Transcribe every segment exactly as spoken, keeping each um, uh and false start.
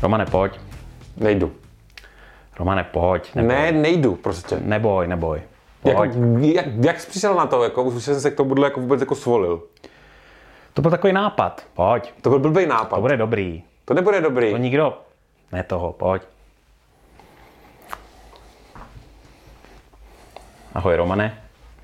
Romane, pojď. Nejdu. Romane, pojď. Neboj. Ne, nejdu prostě. Neboj, neboj. Jako, jak, jak jsi přišel na to? Jako, už jsem se k tomu jako vůbec jako svolil. To byl takový nápad. Pojď. To byl blbý nápad. To bude dobrý. To nebude dobrý. To nikdo... Ne toho, pojď. Ahoj, Romane.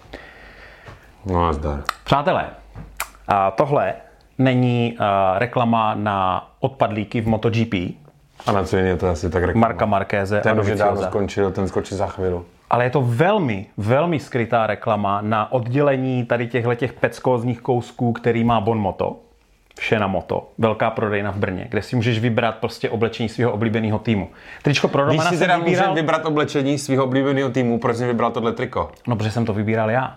No a zdar. Přátelé, a tohle není uh, reklama na odpadlíky v MotoGP. A na co jiné to asi tak reklama. Marka Markéze. Ten už je dávno skončil, ten skočí za chvíli. Ale je to velmi, velmi skrytá reklama na oddělení tady těchto peckózních kousků, který má Bon Moto. Vše na moto. Velká prodejna v Brně, kde si můžeš vybrat prostě oblečení svého oblíbeného týmu. Tričko pro Romana Když si teda vybíral... můžeš vybrat oblečení svého oblíbeného týmu, proč jsi vybral tohle triko? No, protože jsem to vybíral já.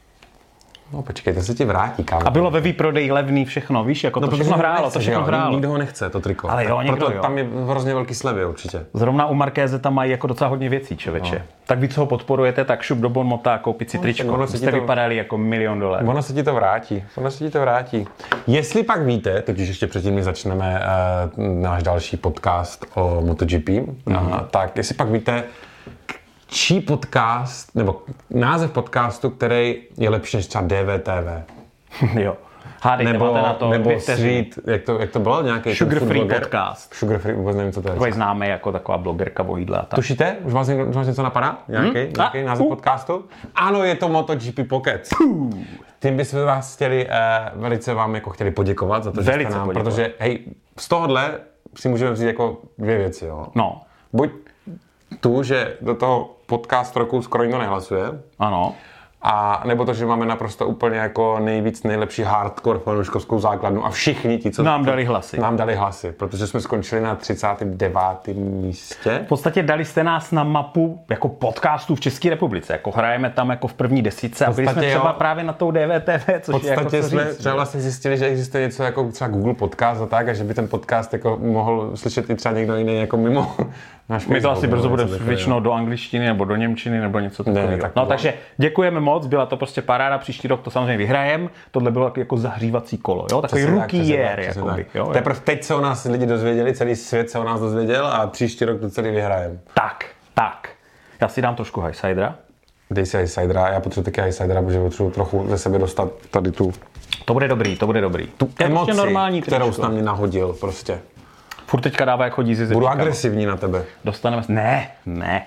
No počkej, to se ti vrátí, kámo. A bylo ve výprodeji levný všechno, víš, jako no, to všechno hrálo, nechce, to všechno jo, hrálo. Nikdo ho nechce, to triko. Ale jo, někdo proto jo. Tam je hrozně velký slevy určitě. Zrovna u Markéze tam mají jako docela hodně věcí, člověče. No. Tak vy, co ho podporujete, tak šup do Bon Mota a koupit si no, tričko. Ono jste to... vypadali jako milion dolarů. Ono se ti to vrátí, ono se ti to vrátí. Jestli pak víte, totiž ještě předtím, než začneme uh, náš další podcast o MotoGP, mm-hmm. uh, tak jestli pak víte, čí podcast, nebo název podcastu, který je lepší než třeba D V T V. Jo. Hádejte, nebo, máte na to nebo Sweet, jak to, jak to bylo? Nějaký Sugar Free podcast. Sugar Free, vůbec nevím, co to je. Takový známý jako taková blogerka o jídle a tak. Tušíte? Už vás, už vás něco napadá? Nějaký, hmm? nějaký název uh. podcastu? Ano, je to MotoGP Pocket. Uh. Tím bychom vás chtěli, uh, velice vám jako chtěli poděkovat za to, že velice jste nám, poděkovat. Protože hej, z tohohle si můžeme vzít jako dvě věci, jo. No. Buď tu, že do toho podcast roku skoro nikdo nehlasuje. Ano. A nebo to, že máme naprosto úplně jako nejvíc, nejlepší hardcore fanouškovskou základnu a všichni ti, co nám dali hlasy. Nám dali hlasy, protože jsme skončili na třicátém devátém místě. V podstatě dali jste nás na mapu jako podcastů v České republice. Jako hrajeme tam jako v první desítce a byli jsme třeba jo, právě na tou D V T V, což je jako co jsme říct, třeba vlastně zjistili, že existuje něco jako třeba Google Podcast a tak, a že by ten podcast jako mohl slyšet i třeba někdo jiný jako mimo náš My to asi brzo bude většinou do angličtiny nebo do němčiny nebo něco takového. Tak no, takže děkujeme moc, byla to prostě paráda, příští rok to samozřejmě vyhrajem. Tohle bylo jako zahřívací kolo, jo, takový rookie year, jakoby, jo. Teprve teď se o nás lidi dozvěděli, celý svět se o nás dozvěděl a příští rok to celý vyhrajem. Tak, tak. Já si dám trošku Highsidera. Dej si Highsidera, já potřebuji taky Highsidera, protože potřebuji trochu ze sebe dostat tady tu... To bude dobrý, to bude dobrý. Tu emoci, normální kterou jsi na mě nahodil prostě. Furt teďka dává, jak chodí si Budu agresivní na tebe. Dostaneme... Ne, ne.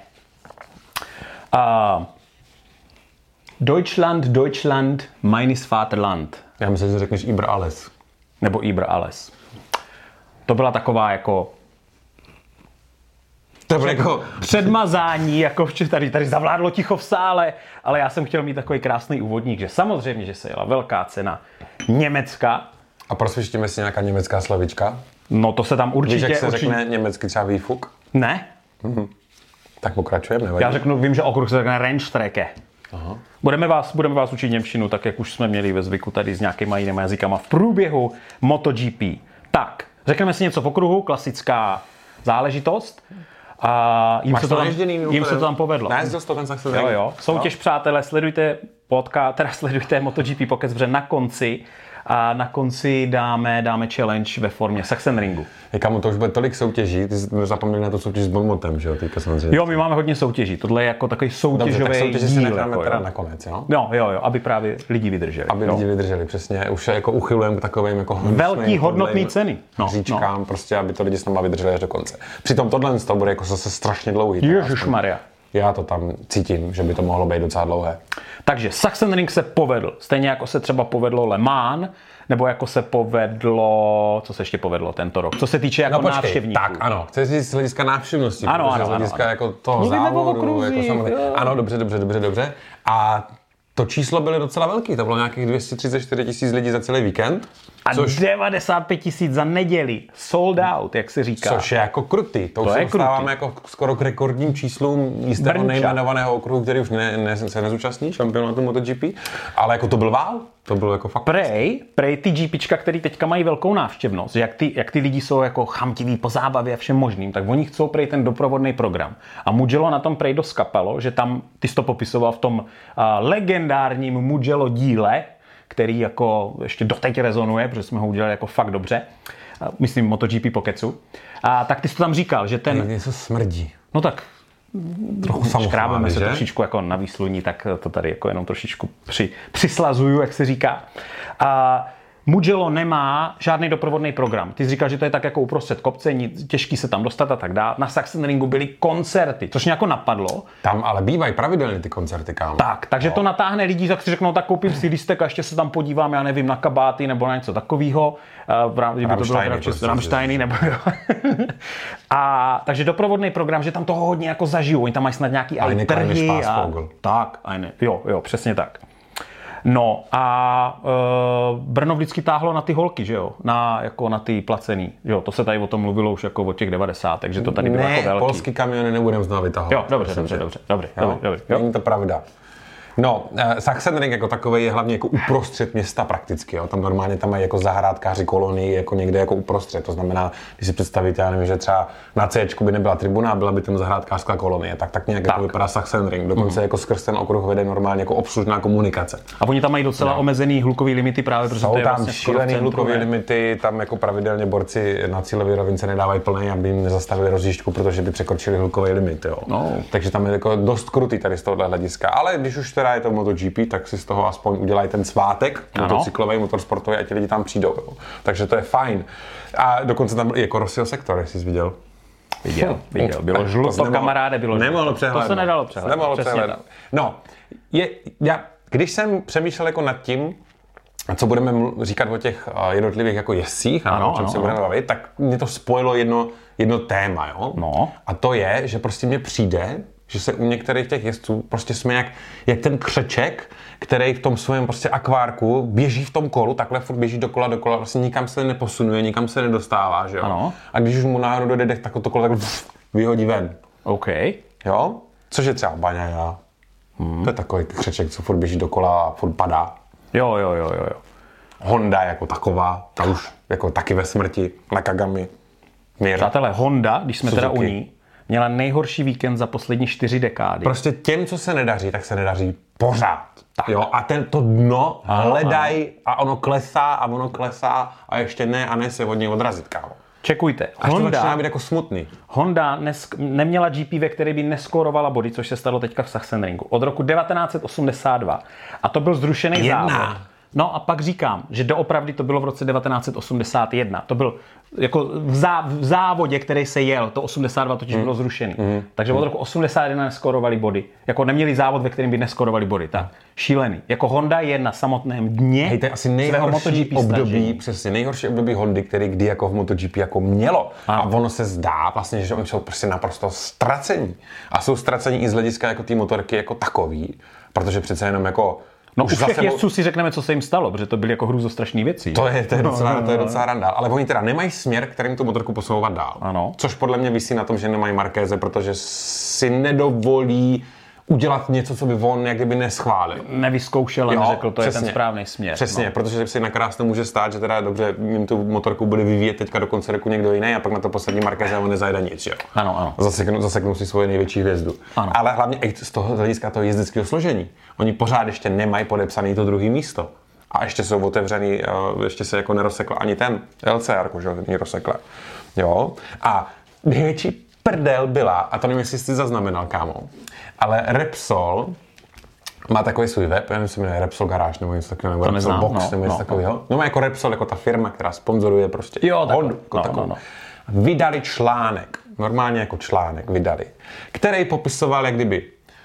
Uh, Deutschland, Deutschland, meines Vaterland. Já myslím, že řekneš Über alles. Nebo Über alles. To byla taková jako... To bylo jako... Předmazání, jako tady, tady zavládlo ticho v sále, ale já jsem chtěl mít takový krásný úvodník, že samozřejmě, že se jela velká cena Německa. A prosvištíme si nějaká německá slavička? No to se tam určitě... Víš, jak se určitě... řekne německy třeba výfuk? Ne. Mhm. Tak pokračujeme, nevadí. Já řeknu, vím, že okruh se řekne Rennstrecke. Aha. Budeme vás, budeme vás učit němčinu, tak jak už jsme měli ve zvyku tady s nějakýma jinými jazykama v průběhu MotoGP. Tak, řekneme si něco v okruhu, klasická záležitost. A jim, se to, tam, jim se to tam povedlo. Nejezdil jsi to ten Saxon Jo, jo. Soutěž, no? Přátelé, sledujte podcast, teda sledujte MotoGP Pocket, protože na konci a na konci dáme, dáme challenge ve formě Sachsenringu. Hej, kamo, to už bude tolik soutěží, ty jsi zapomněl na to soutěž s Bon Motem, že jo, teďka samozřejmě. Jo, my máme hodně soutěží, tohle je jako takový soutěžový díl. Dobře, tak soutěži si necháme jako, teda nakonec, jo? Jo, jo, jo, aby právě lidi vydrželi. Aby jo. lidi vydrželi, přesně, už jako uchylujeme k takovým jako velký hodnotný ceny. No, říčkám, no. Prostě, aby to lidi s náma vydrželi až do konce. Přitom tohle to bude jako zase strašně dlouhý. Ježišmarja. Já to tam cítím, že by to mohlo být docela dlouhé. Takže Sachsenring se povedl, stejně jako se třeba povedlo Le Mans, nebo jako se povedlo, co se ještě povedlo tento rok, co se týče jako no, počkej, návštěvníků. Tak ano, chci říct z hlediska návštěvnosti, ano, protože ano, z hlediska ano, jako toho mluvíme závodu, jako samozřejmě. Ano, dobře, dobře, dobře, dobře. A to číslo bylo docela velký, to bylo nějakých dvě stě třicet čtyři tisíc lidí za celý víkend. A což... devadesát pět tisíc za neděli, sold out, jak se říká. Což je jako krutý, to, to už se dostáváme jako skoro k rekordním číslům jistého nejmenovaného okruhu, který už ne, ne, se nezúčastní, šampionátu MotoGP, ale jako to byl vál, to bylo jako fakt. Prej, prej ty GPčka, který teďka mají velkou návštěvnost, jak ty, jak ty lidi jsou jako chamtiví po zábavě a všem možným, tak oni chcou prej ten doprovodný program. A Mugello na tom prej doskapalo, že tam, ty jsi to popisoval v tom uh, legendárním Mugello díle, který jako ještě doteď rezonuje, protože jsme ho udělali jako fakt dobře. Myslím MotoGP po kecu. A tak ty jsi to tam říkal, že ten... Něco smrdí. No tak trochu škrábeme se že? trošičku jako na výsluní, tak to tady jako jenom trošičku při, přislazuju, jak se říká. A Mugello nemá žádný doprovodný program. Ty jsi říkal, že to je tak jako uprostřed kopce, těžký se tam dostat a tak dále. Na Sachsenringu byly koncerty, což mě jako napadlo. Tam ale bývají pravidelně ty koncerty, kámo. Tak, takže no. to natáhne lidí, tak si řeknou, tak koupím si lístek a ještě se tam podívám, já nevím, na kabáty nebo na něco takového. V rámci by to bylo prostě Rammsteiny nebo jo. A takže doprovodný program, že tam toho hodně jako zažiju. Oni tam mají snad nějaký ale trhy a tak, a ne. Jo, jo, přesně tak. No a e, Brno vždycky táhlo na ty holky, že jo, na, jako na ty placený, že jo, to se tady o tom mluvilo už jako o těch devadesátých, takže to tady bylo ne, jako velký. polský kamiony nebudem znovu vytahovat. Jo, dobře, dobře, dobře, dobře, jo, dobře, dobře, jo. Není to pravda. No, Sachsenring jako takový je hlavně jako uprostřed města prakticky, jo. Tam normálně tam mají jako zahrádkáři kolonii jako někde jako uprostřed. To znamená, když si představíte, já nevím, že třeba na Cčku by nebyla tribuna, byla by tam zahrádkářská kolonie, tak tak nějak tak. Jako vypadá Sachsenring. Dokonce mm. jako skrz ten okruh vede normálně jako obslužná komunikace. A oni tam mají docela no. omezený hlukový limity právě, protože jsou to je tam vlastně šílený hlukový limity, tam jako pravidelně borci na cílové rovince nedávají plný, aby jim nezastavili rozjížďku, protože by překročili hlukový limit, jo. No. Takže tam je jako dost krutý tady z tohohle hlediska. Ale když už teda je to MotoGP, tak si z toho aspoň udělají ten svátek, motocyklový, motorsportový a ti lidi tam přijdou. Jo. Takže to je fajn. A dokonce tam byl i jako Rossiho sektor, jestli jsi viděl. Viděl, viděl. Bylo žluto, kamaráde, bylo žluto. Nemohlo přehlédnout. To se nedalo přehlédnout. Nemohlo přehlédnout. No, je, já, když jsem přemýšlel jako nad tím, co budeme říkat o těch jednotlivých jako jezdcích, ano, o čem ano, se budeme bavit, tak mě to spojilo jedno, jedno téma, jo? No. A to je, že prostě mně přijde, že se u některých těch jezdců prostě jsme jak, jak ten křeček, který v tom svém prostě akvárku běží v tom kolu, takhle furt běží dokola, dokola, vlastně nikam se neposunuje, nikam se nedostává, že jo? Ano. A když už mu náhodou dojde dech, tak to kolo tak vyhodí ven. OK. Jo? Což je třeba Baňaja. Hmm. To je takový křeček, co furt běží dokola a furt padá. Jo, jo, jo, jo, jo. Honda jako taková, ta už jako taky ve smrti, Nakagami, Mir. Přátelé, Honda, když jsme Suzuki. Teda u ní, měla nejhorší víkend za poslední čtyři dekády. Prostě těm, co se nedaří, tak se nedaří pořád. Tak. Jo, a ten, to dno hledají a ono klesá a ono klesá a ještě ne a ne se od něj odrazit, kámo. Čekujte. Až Honda, to začíná být jako smutný. Honda nesk- neměla G P, ve které by neskórovala body, což se stalo teďka v Sachsenringu. Od roku devatenáct set osmdesát dva. A to byl zrušený závod. No a pak říkám, že doopravdy to bylo v roce devatenáct set osmdesát jedna. To byl jako v, zá, v závodě, který se jel, to osmdesát dva totiž mm. bylo zrušený. Mm. Takže od roku osmdesát jedna neskorovali body. Jako neměli závod, ve kterém by neskorovali body. Tak šílený. Jako Honda je na samotném dně. Hej, to je asi nejhorší období, přesně nejhorší období Hondy, který kdy jako v MotoGP jako mělo. Ano. A ono se zdá vlastně, že oni jsou prostě naprosto ztracení. A jsou ztracení i z hlediska jako té motorky jako takový, protože přece jenom jako no už u všech jezdců si řekneme, co se jim stalo, protože to byly jako hrůzostrašný věci. To je, to je docela, no, no, to je docela randa. Ale oni teda nemají směr, kterým tu motorku posouvat dál. Ano. Což podle mě visí na tom, že nemají Markéze, protože si nedovolí udělat něco, co by on jak kdyby neschválil. Nevyzkoušel a neřekl, to přesně, je ten správný směr. Přesně, no. Protože si nakrásně může stát, že teda dobře, jim tu motorku bude vyvíjet teďka do konce roku někdo jiný a pak na to poslední Markéze on nezajde nic, jo. Ano, ano. Zaseknou, zaseknou si svoje největší hvězdu. Ano. Ale hlavně i z toho hlediska toho jezdeckého složení. Oni pořád ještě nemají podepsaný to druhé místo. A ještě jsou otevřený, ještě se jako nerozsekl ani ten L C R, že není rozsekle. Jo. A největší prdel byla, a to nevím, jestli jsi zaznamenal, kámo, ale Repsol má takový svůj web, já nevím, se jmenuje Repsol Garage nebo něco takového, nebo Repsol Box no, nebo něco no, takového. No. no má jako Repsol, jako ta firma, která sponzoruje prostě jo, Hondu. Jako no, no, no. Vydali článek, normálně jako článek vydali, který popisoval, jak kdyby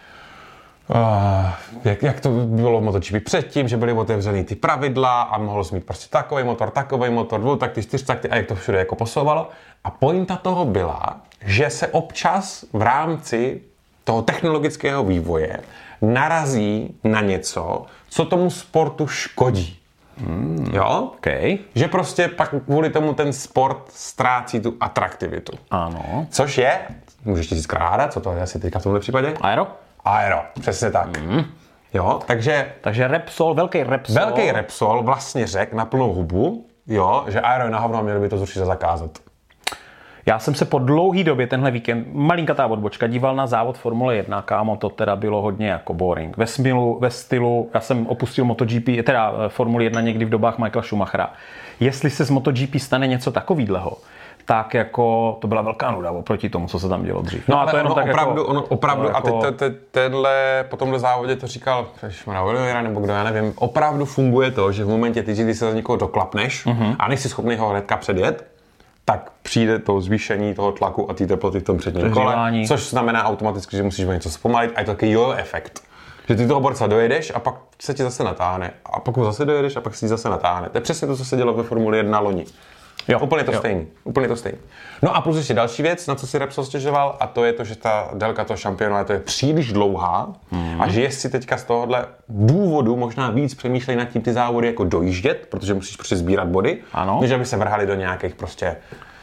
Uh, jak, jak to bylo v MotoGP předtím, že byly otevřený ty pravidla a mohl jsi mít prostě takový motor, takový motor, dvoutakty, čtyřtakty a jak to všude jako posouvalo. A pointa toho byla, že se občas v rámci toho technologického vývoje narazí na něco, co tomu sportu škodí. Hmm, jo? Okay. Že prostě pak kvůli tomu ten sport ztrácí tu atraktivitu. Ano. Což je, můžeš ti říct kráda, co to je asi teďka v tomhle případě? Aero? Aero, přesně tak. Mm. Jo, takže... Takže Repsol, velký Repsol... Velký Repsol vlastně řekl na plnou hubu, jo, že aero je na hovno, měli by to zrušit a zakázat. Já jsem se po dlouhý době tenhle víkend, malinkatá odbočka, díval na závod Formule jedna, kámo, to teda bylo hodně jako boring. Ve stylu, ve stylu, já jsem opustil MotoGP, teda Formule jedna někdy v dobách Michaela Schumachera. Jestli se z MotoGP stane něco takovýhleho, tak jako to byla velká nuda oproti tomu, co se tam dělo dřív. No a to jenom tak opravdu, jako, ono opravdu, jako, a teď te, te, tenhle, po tomhle závodě to říkal Oliveira nebo kdo, já nevím, opravdu funguje to, že v momentě, ty, když se za někoho doklapneš uh-huh. a nejsi schopný ho hnedka předjet, tak přijde to zvýšení toho tlaku a té teploty v tom předním kole, což znamená automaticky, že musíš něco zpomalit a je to takový jo efekt. Že ty toho borca dojedeš a pak se ti zase natáhne a pak ho zase dojedeš a pak se ti zase natáhne. To je přesně to, co se dělo ve Formuli jedna loni. Jo, úplně to jo. stejný, úplně to stejný. No a plus ještě další věc, na co si Repsol stěžoval, a to je to, že ta délka toho šampionátu je příliš dlouhá mm. a že jestli teďka z tohohle důvodu možná víc přemýšlej nad tím ty závody jako dojíždět, protože musíš prostě sbírat body, ano. než aby se vrhali do nějakých prostě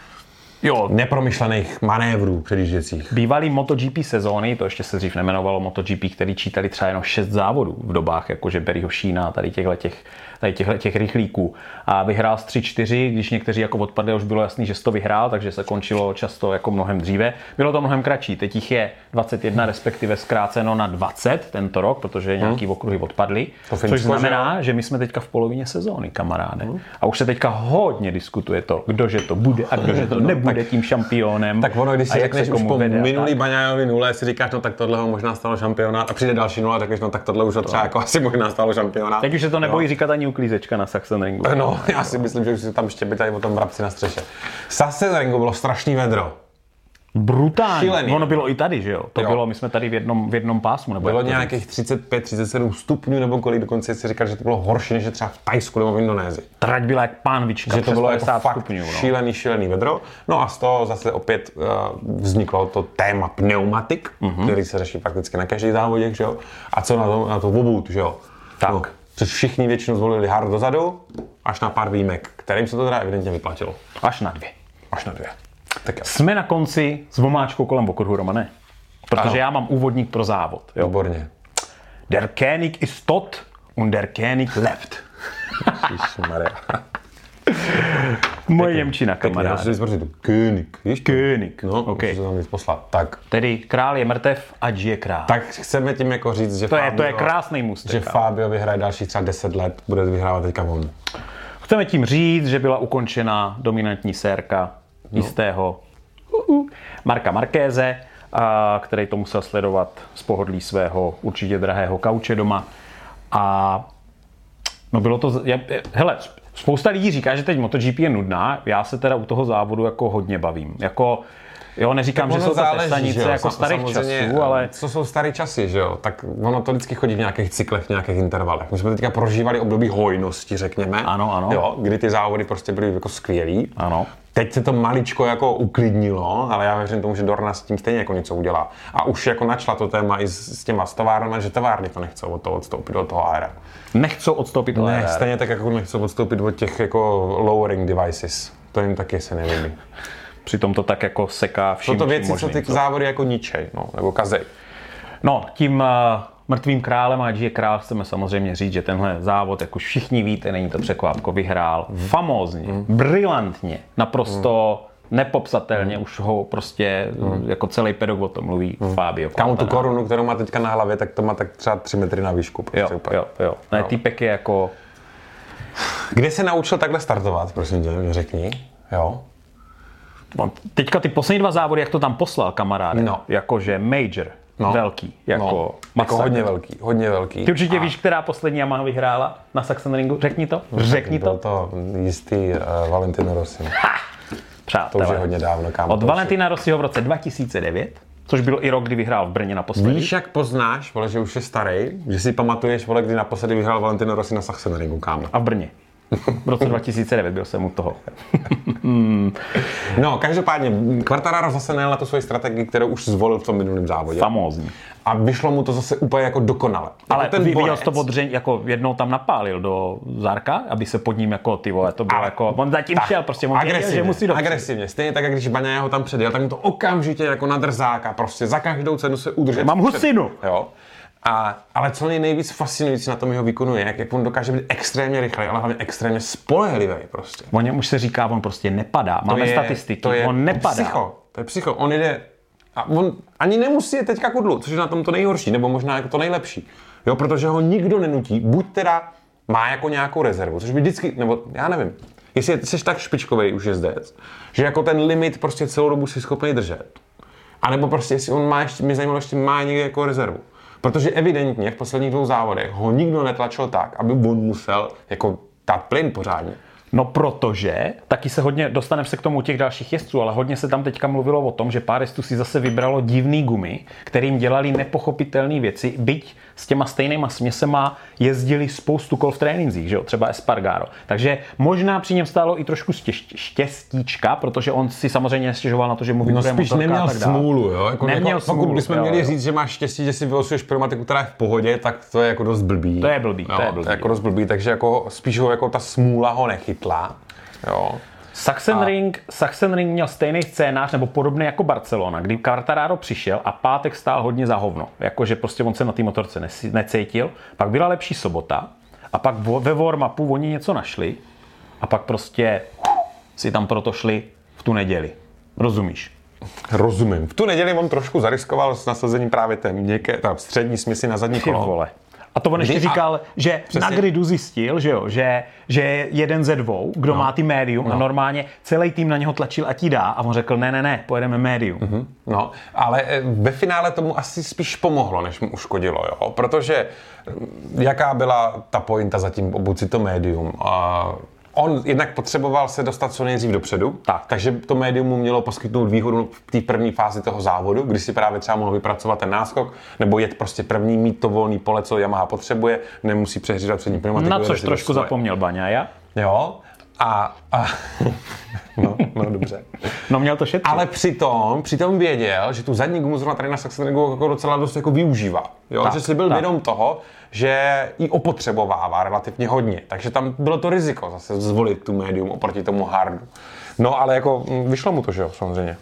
jo. nepromyšlených manévrů předjížděcích. Bývalý MotoGP sezóny, to ještě se dřív nemenovalo MotoGP, který čítali třeba jenom šest závodů v dobách, jakože Barryho Sheena, tady těchto těch, tady těchto těch rychlíků. A vyhrál z tři čtyři, když někteří jako odpadli, už bylo jasný, že to vyhrál, takže se končilo často jako mnohem dříve. Bylo to mnohem kratší, teď jich je dvacet jedna, respektive zkráceno na dvacet tento rok, protože nějaký hmm. okruhy odpadly. Což znamená, že my jsme teďka v polovině sezóny, kamaráde. Hmm. A už se teďka hodně diskutuje to, kdože to bude a kdože to nebude. Bude tím šampionem. Tak ono, když si řekneš už po minulý Baňájovi nule, si říkáš, no tak tohle ho možná stalo šampionát a přijde další nula, řekneš, no tak tohle už ho třeba jako asi možná stalo šampionát. Teď už se to nebojí no. říkat ani uklízečka na Sachsenringu. No, já si myslím, že už si tam štěbitají o tom vrabci na střeše. V Sachsenringu bylo strašný vedro. Brutální. Šílený. Ono bylo i tady, že jo? To jo. bylo, my jsme tady v jednom, v jednom pásmu. Nebo bylo nějakých třicet pět třicet sedm stupňů nebo kolik, dokonce si říkal, že to bylo horší než třeba v Thajsku nebo v Indonésii. Trať byla jak pánvička, že to bylo jako fakt stupňů, no. šílený, šílený vedro. No a z toho zase opět uh, vzniklo to téma pneumatik, mm-hmm. který se řeší prakticky na každý závodě, že jo? A co na to, na to obout, že jo? Tak. No, což všichni většinou zvolili hard dozadu, až na pár výjimek, kterým se to teda evidentně vyplatilo. Až na dvě. Až na dvě. Tak jsme na konci s omáčkou kolem okruhu, Romane. Protože ano. já mám úvodník pro závod. Jo. Výborně. Der König ist tot und der König lebt. Ježišmarja. Moje němčina, kamaráde. Já si říct tu König. König. No, okay. musím se tam víc poslat. Tak. Tedy král je mrtev a žije král. Tak chceme tím jako říct, že to Fabio, je, to je krásný můstek. Že Fabio vyhraje další třeba deset let, bude vyhrávat teďka on. Chceme tím říct, že byla ukončena dominantní sérka no. jistého uh-uh, Marka Markéze, a, který to musel sledovat z pohodlí svého určitě drahého kauče doma. A no bylo to, je, hele, spousta lidí říká, že teď MotoGP je nudná, já se teda u toho závodu jako hodně bavím. Jako, jo, neříkám, že jsou to stanice jako starých časů, ale... Co jsou staré časy, že jo? Tak ono to vždycky chodí v nějakých cyklech, v nějakých intervalech. My jsme teďka prožívali období hojnosti, řekněme. Ano, ano. Jo, kdy ty závody prostě byly jako skvělý. Ano. Teď se to maličko jako uklidnilo, ale já věřím tomu, že Dorna s tím stejně jako něco udělá. A už jako načla to téma i s, s těma továrnami, že továrny to nechcou od toho odstoupit od toho aera. Nechcou odstoupit od aera. Ne, stejně tak jako nechcou odstoupit od těch jako lowering devices. To jim taky se nelíbí. Přitom to tak jako seká vším. Jsou to věci, možným, co ty závody jako ničej, no, nebo kazej. No, tím uh, mrtvým králem, ať je král, chceme samozřejmě říct, že tenhle závod, jak už všichni víte, není to překvápko, vyhrál mm. famózně, mm. brilantně, naprosto mm. nepopsatelně, mm. už ho prostě mm. jako celý pedok o tom mluví mm. Fabio. Kámo tu korunu, kterou má teďka na hlavě, tak to má tak třeba tři metry na výšku. Prostě jo, úplně. jo, jo. Ne, no. Týpek je jako... Kde se naučil takhle startovat, prosím tě, mě řekni, jo? Teďka ty poslední dva závody, jak to tam poslal, kamaráde, no. jakože major, no. velký, jako, no. jako hodně velký, hodně velký. Ty určitě a... víš, která poslední Yamaha vyhrála na Sachsenringu, řekni to, no, řekni byl to. to jistý uh, Valentino Rossi. Ha! Přátelé. To už je hodně dávno, kámo. Od Valentina Rossiho v roce dva tisíce devět, což byl i rok, kdy vyhrál v Brně naposledy. Víš, jak poznáš, vole, že už je starý, že si pamatuješ, vole, kdy naposledy vyhrál Valentino Rossi na Sachsenringu, kámo. A v Brně. V roce dva tisíce devět byl jsem u toho. No, každopádně, Quartararo zase najel na tu svoji strategii, kterou už zvolil v tom minulém závodě. Famózní. A vyšlo mu to zase úplně jako dokonale. Ale jako ten viděl to odřeň, jako jednou tam napálil do zárka, aby se pod ním jako ty vole, to bylo ale, jako, on zatím tak, šel, prostě on věděl, že musí dopřít. Agresivně, stejně tak, jak když Baňa ho tam předjel, tak mu to okamžitě jako na drzáka, prostě za každou cenu se udržet. Mám husinu. Jo. A, ale co je nejvíc fascinující na tom jeho výkonu je, jak, jak on dokáže být extrémně rychlý, ale hlavně extrémně spolehlivý prostě. On už se říká, on prostě nepadá. Máme to je, statistiky, to je on nepadá. Psycho, to je psycho, on jde a on ani nemusí je teďka kudlu, což je na tom to nejhorší, nebo možná jako to nejlepší. Jo, protože ho nikdo nenutí, buď teda má jako nějakou rezervu, což by vždycky, nebo já nevím, jestli jsi tak špičkovej už jezdec, že jako ten limit prostě celou dobu si schopný držet. A nebo prostě, jestli on má ještě, mě zajímalo, ještě má někde jako rezervu. Protože evidentně v posledních dvou závodech ho nikdo netlačil tak, aby on musel jako dát plyn pořádně. No protože, taky se hodně, dostaneme se k tomu těch dalších jezdců, ale hodně se tam teďka mluvilo o tom, že pár jezdců si zase vybralo divný gumy, kterým dělali nepochopitelné věci, byť s těma stejnýma směsema jezdili spoustu kol v trénincích, že jo, třeba Espargaro. Takže možná při něm stálo i trošku štěstíčka, protože on si samozřejmě nestěžoval na to, že mu vybruje no spíš motorka neměl a tak dále. Smůlu, jo? Jako neměl jako, smůlu, pokud bychom jo, měli jo. říct, že máš štěstí, že si vylosuješ pneumatiku, která je v pohodě, tak to je jako dost blbý. To je blbý, jo, to je blbý. To je jako dost blbý, takže jako spíš ho jako ta smůla ho nechytla. Jo. Sachsenring, a... Sachsenring měl stejný scénář nebo podobný jako Barcelona, kdy Quartararo přišel a pátek stál hodně za hovno. Jakože prostě on se na té motorce necítil. Pak byla lepší sobota a pak ve warm-upu oni něco našli a pak prostě si tam proto šli v tu neděli. Rozumíš? Rozumím. V tu neděli on trošku zariskoval s nasazením právě té měkké, ta střední směsi na zadní kolo. Vole. A to on ještě říkal, že přesně. Na gridu zjistil, že, jo, že, že je jeden ze dvou, kdo no. má ty médium no. a normálně celý tým na něho tlačil, ať jí dá a on řekl, ne, ne, ne, pojedeme médium. Mm-hmm. No, ale ve finále tomu asi spíš pomohlo, než mu uškodilo, jo, protože jaká byla ta pointa za tím obuď si to médium? Uh, On jednak potřeboval se dostat co nejdřív dopředu, tak. takže to médium mu mělo poskytnout výhodu v té první fázi toho závodu, kdy si právě třeba mohl vypracovat ten náskok, nebo jet prostě první, mít to volný pole, co Yamaha potřebuje, nemusí přehřívat přední pneumatiku. Na což trošku zapomněl Baňaja. Jo, a... a no, no, dobře. No měl to šetřit. Ale přitom, přitom věděl, že tu zadní gumu zrovna tady na Sachsenringu jako docela dost jako využívá. Jo? Tak, že si byl tak. vědom toho, že ji opotřebovává relativně hodně. Takže tam bylo to riziko zase zvolit tu médium oproti tomu hardu. No ale jako vyšlo mu to, že jo, samozřejmě.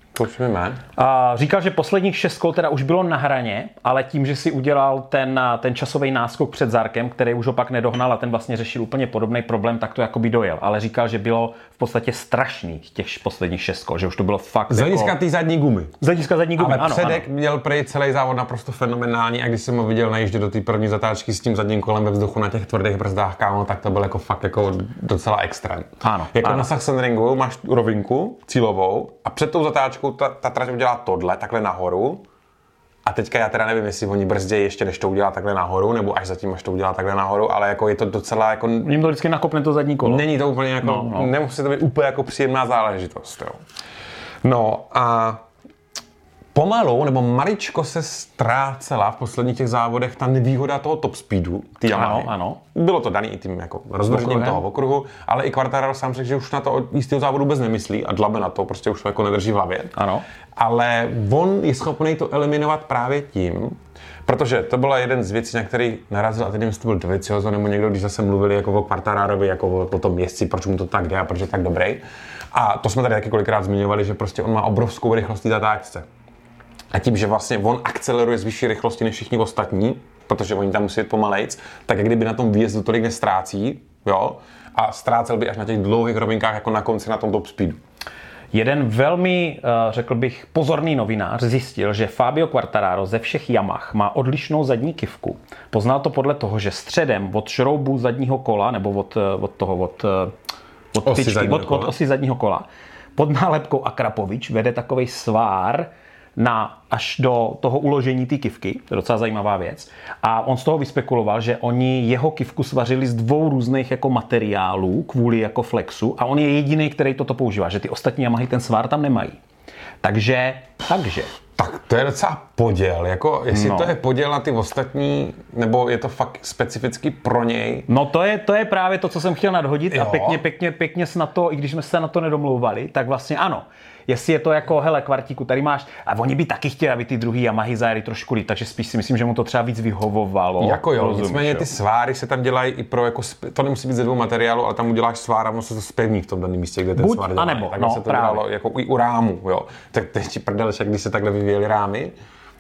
A říkal, že posledních šest kol teda už bylo na hraně, ale tím, že si udělal ten, ten časový náskok před Zarkem, který už ho pak nedohnal a ten vlastně řešil úplně podobný problém, tak to jakoby dojel. Ale říkal, že bylo v podstatě strašný těch posledních šest kol, že už to bylo fakt z hlediska jako... té zadní gumy. Z hlediska zadní gumy, ale ano. předek ano. měl prej celý závod naprosto fenomenální a když jsem ho viděl najíždět do té první zatáčky s tím zadním kolem ve vzduchu na těch tvrdých brzdách, kámo, tak to byl jako fakt jako docela extrém. Ano. Jako ano. na Sachsenringu máš rovinku cílovou a před tou zatáčkou ta, ta trať udělá tohle, takhle nahoru. A teďka já teda nevím, jestli oni brzdějí ještě, než to udělá takhle nahoru, nebo až zatím, až to udělá takhle nahoru, ale jako je to docela jako... Jím to vždycky nakopne to zadní kolo. Není to úplně jako, no, no. Nemusí to být úplně jako příjemná záležitost, jo. No a pomalu, nebo maličko se ztrácela v posledních těch závodech ta nevýhoda toho top speedu, ty Yamahy. Ano, ano. Bylo to daný i tím jako rozvržením toho okruhu, ale i Quartararo sám řekl, že už na to jistého závodu vůbec nemyslí a dlabe na to, prostě už to jako nedrží v hlavě. Ano. Ale on je schopný to eliminovat právě tím, protože to byla jeden z věcí, na který narazil, a teď nevím, to byl Dovizioso nebo někdo, když zase mluvili jako o Quartararovi, jako o, o tom jezdci, proč mu to tak jde a proč je tak dobrý. A to jsme tady taky kolikrát zmiňovali, že prostě on má obrovskou rychlost v zatáčce. A tím, že vlastně on akceleruje z vyšší rychlosti než všichni ostatní, protože oni tam musí jít pomalejc, tak jak kdyby na tom výjezdu tolik nestrácí, jo, a ztrácel by až na těch dlouhých rovinkách jako na konci na tom top speedu. Jeden velmi, řekl bych, pozorný novinář zjistil, že Fabio Quartararo ze všech Yamah má odlišnou zadní kivku. Poznal to podle toho, že středem od šroubu zadního kola, nebo od, od toho, od, od, osy, tyčky, zadního od, od osy zadního kola, pod nálepkou Akrapovič vede takovej svár na až do toho uložení té kivky, to je docela zajímavá věc. A on z toho vyspekuloval, že oni jeho kivku svařili z dvou různých jako materiálů kvůli jako flexu a on je jediný, který toto používá, že ty ostatní Yamahy ten svár tam nemají. Takže, takže. Tak to je docela poděl, jako jestli no. to je poděl na ty ostatní, nebo je to fakt specificky pro něj. No to je, to je právě to, co jsem chtěl nadhodit jo. A pěkně, pěkně, pěkně na to, i když jsme se na to nedomlouvali, tak vlastně ano. Jestli je to jako, hele, Kvartíku, tady máš, a oni by taky chtěli, aby ty druhý Yamahy zajeli trošku líp, takže spíš si myslím, že mu to třeba víc vyhovovalo. Jako jo, rozumíš, nicméně jo? ty sváry se tam dělají i pro, jako, to nemusí být ze dvou materiálů, ale tam uděláš svár a ono se to zpevní v tom daném místě, kde ten Buď, svár dělá. anebo, takhle no, se to právě. dělalo jako i u rámu, jo. Tak teď ti prdeleš, jak když se takhle vyvíjeli rámy,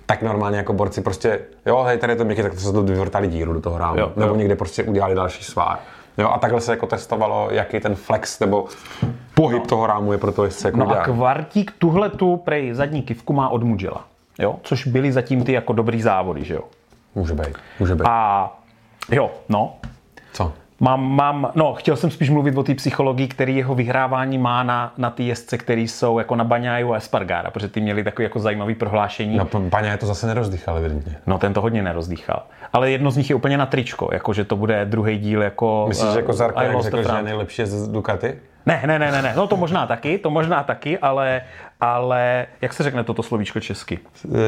tak normálně jako borci prostě, jo, tady, tady je to měkké, tak to se to vyvrtali díru do toho rámu, jo, nebo jo. někde prostě udělali další svár. Jo, a takhle se jako testovalo, jaký ten flex nebo pohyb no. toho rámu je pro to jezdce jako No ideální. a Kvartík tuhle tu prej zadní kivku má od Mugello, jo, což byly zatím ty jako dobrý závody, že jo. Může být, může být. A jo, no. Co? Mám, mám, no, chtěl jsem spíš mluvit o té psychologii, který jeho vyhrávání má na, na ty jezdce, který jsou jako na Bagnaia a Espargara, protože ty měli takový jako zajímavý prohlášení. No, Bagnaia to zase nerozdýchal, evidentně. No, ten to hodně nerozdýchal. Ale jedno z nich je úplně na tričko, jako že to bude druhý díl jako... Myslíš, že jako Zarco, uh, jak řekl, že je nejlepší z Ducati? Ne, ne, ne, ne, ne, no to možná taky, to možná taky, ale, ale jak se řekne toto slovíčko česky?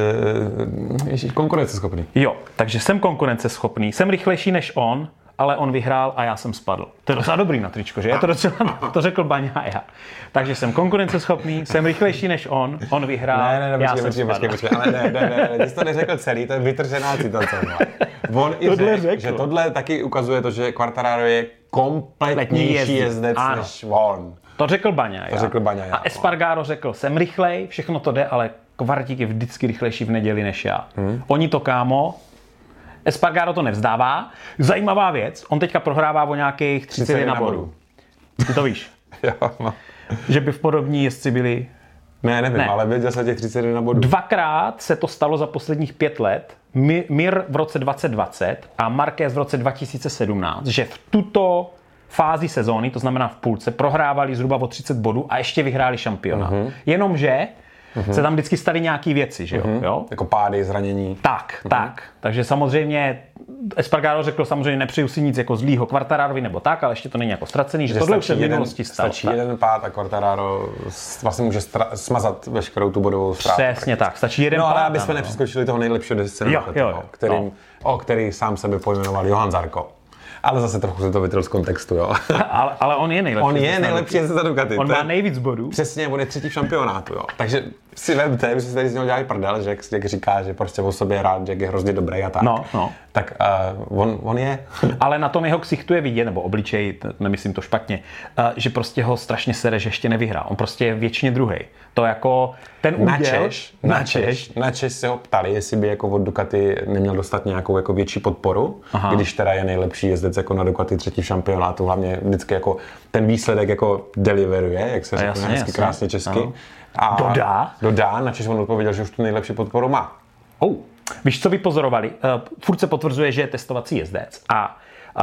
Uh, ježíš, konkurenceschopný. Jo, takže jsem konkurenceschopný, jsem rychlejší než on, ale on vyhrál a já jsem spadl. To je docela dobrý na tričko, že? Je to docela, to řekl Bagnaia. Takže jsem konkurenceschopný, jsem rychlejší než on, on vyhrál, ne, ne, ne, já počkej, jsem počkej, spadl. počkej, ale ne, ne, ne, ne, ty jsi to neřekl celý, to je vytržená citace. On i Tohle řekl, že tohle taky ukazuje to, že Quartararo je kompletnější jezdec ano. než on. To řekl Bagnaia. To řekl Bagnaia. A Espargaro řekl, jsem rychlej, všechno to jde, ale Kvartík je vždycky rychlejší v neděli než já. Hmm. Oni to, kámo, Espargaro to nevzdává. Zajímavá věc, on teďka prohrává o nějakých třicet jedna bodů. Ty to víš? Jo, no. Že by v podobní jezdci byli... Ne, nevím, ne. ale věděl jsem těch třicet jedna bodů. Dvakrát se to stalo za posledních pět let. Mir v roce dvacet dvacet a Marquez v roce dva tisíce sedmnáct, že v tuto fázi sezóny, to znamená v půlce, prohrávali zhruba o třicet bodů a ještě vyhráli šampionát. Uh-huh. Jenomže uh-huh. se tam vždycky staly nějaký věci, že jo? Uh-huh. jo? Jako pády, zranění. Tak, uh-huh. tak. Takže samozřejmě Espargaro řekl, samozřejmě nepřeju si nic jako zlýho Quartararovi nebo tak, ale ještě to není jako ztracený, že, že tohle už se v minulosti stalo. Stačí tak. jeden pád a Quartararo vlastně může stra- smazat veškerou tu bodovou ztrátu. Přesně tak, stačí jeden no, pád. No ale aby jsme no. nepřeskočili toho nejlepšího desce, jo, jo, jo. kterým, no. o který sám sebe pojmenoval Johan Zarco. Ale zase trochu se to vytrhl z kontextu, jo. ale, ale on je nejlepší. On je nejlepší za Ducati. On má nejvíc bodů. Přesně, on je třetí v šampionátu, jo. Takže si vemte, my si tady z něho dělali prdel, že jak, jak říká, že prostě o sobě rád, že je hrozně dobrý a tak. No, no. Tak uh, on, on je. Ale na tom jeho ksichtu je vidět, nebo obličej, nemyslím to špatně, uh, že prostě ho strašně sere, že ještě nevyhrál. On prostě je věčně druhej. To jako ten úděl... Načeš, načeš, načeš se ho ptali, jestli by jako od Ducati neměl dostat nějakou jako větší podporu, aha. když teda je nejlepší jezdec jako na Ducati třetí v šampionátu, hlavně vždycky jako ten výsledek jako deliveruje, jak se řekne hezky krásně česky. Ano. A dodá. Dodá, načež on odpověděl, že už tu nejlepší podporu má. Oh. Víš, co vypozorovali? Uh, furt se potvrzuje, že je testovací jezdec a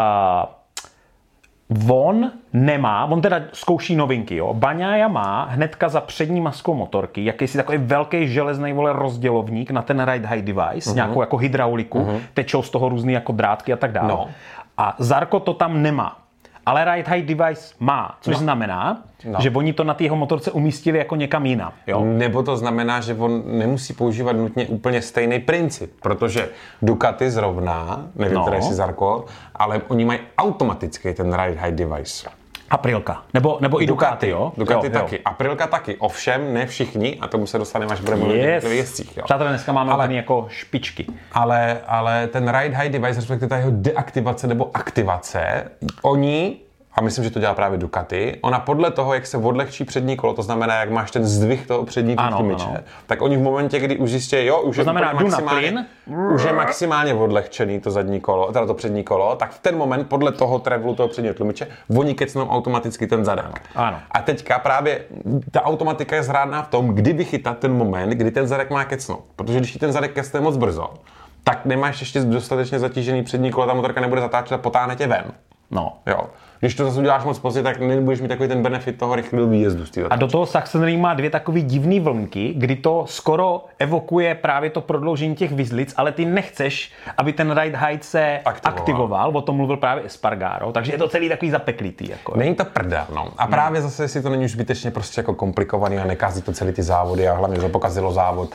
uh, on nemá, on teda zkouší novinky, jo. Bagnaia má hnedka za přední maskou motorky jakýsi takový velký železný vole rozdělovník na ten ride high device, uh-huh. nějakou jako hydrauliku, uh-huh. tečou z toho různý jako drátky a tak dále. No. A Zarco to tam nemá. Ale ride high device má, což no. znamená, no. že oni to na té jeho motorce umístili jako někam jinam. Jo? Nebo to znamená, že on nemusí používat nutně úplně stejný princip, protože Ducati zrovna, nevím, no. které si Zarco, ale oni mají automaticky ten ride high device. Aprilka. Nebo, nebo i Ducati, Ducati jo? Ducati jo, taky. Jo. Aprilka taky. Ovšem, ne všichni, a tomu se dostaneme, až budeme mluvit yes. o jezdcích. Přátelé, dneska máme ale, jako špičky. Ale, ale ten ride high device, respektive ta jeho deaktivace nebo aktivace, oni, a myslím, že to dělá právě Ducati, ona podle toho, jak se odlehčí přední kolo, to znamená, jak máš ten zdvih toho přední tlumiče, tak oni v momentě, kdy už zjistí, jo, už to je znamená, maximálně, už je maximálně odlehčený to zadní kolo, teda to přední kolo, tak v ten moment podle toho trevlu toho předního tlumiče oni kecnou automaticky ten zadek. Ano. A teďka právě ta automatika je zrádná v tom, kdy vychytat ten moment, kdy ten zadek má kecnout. Protože když ti ten zadek kecne moc brzo, tak nemáš ještě dostatečně zatížený přední kolo, ta motorka nebude zatáčet a potáhne tě ven. No. Jo. Když to zase uděláš moc pozdě, tak nebudeš mít takový ten benefit toho rychlého výjezdu. A do toho Sachsenring má dvě takové divné vlnky, kdy to skoro evokuje právě to prodloužení těch vizlic, ale ty nechceš, aby ten ride height se aktivoval. aktivoval. O tom mluvil právě Espargaro, takže je to celý takový zapeklitý. Jako. Není to prdel, no. A právě zase, jestli to není už zbytečně prostě jako komplikovaný a nekazí to celý ty závody a hlavně to pokazilo závod.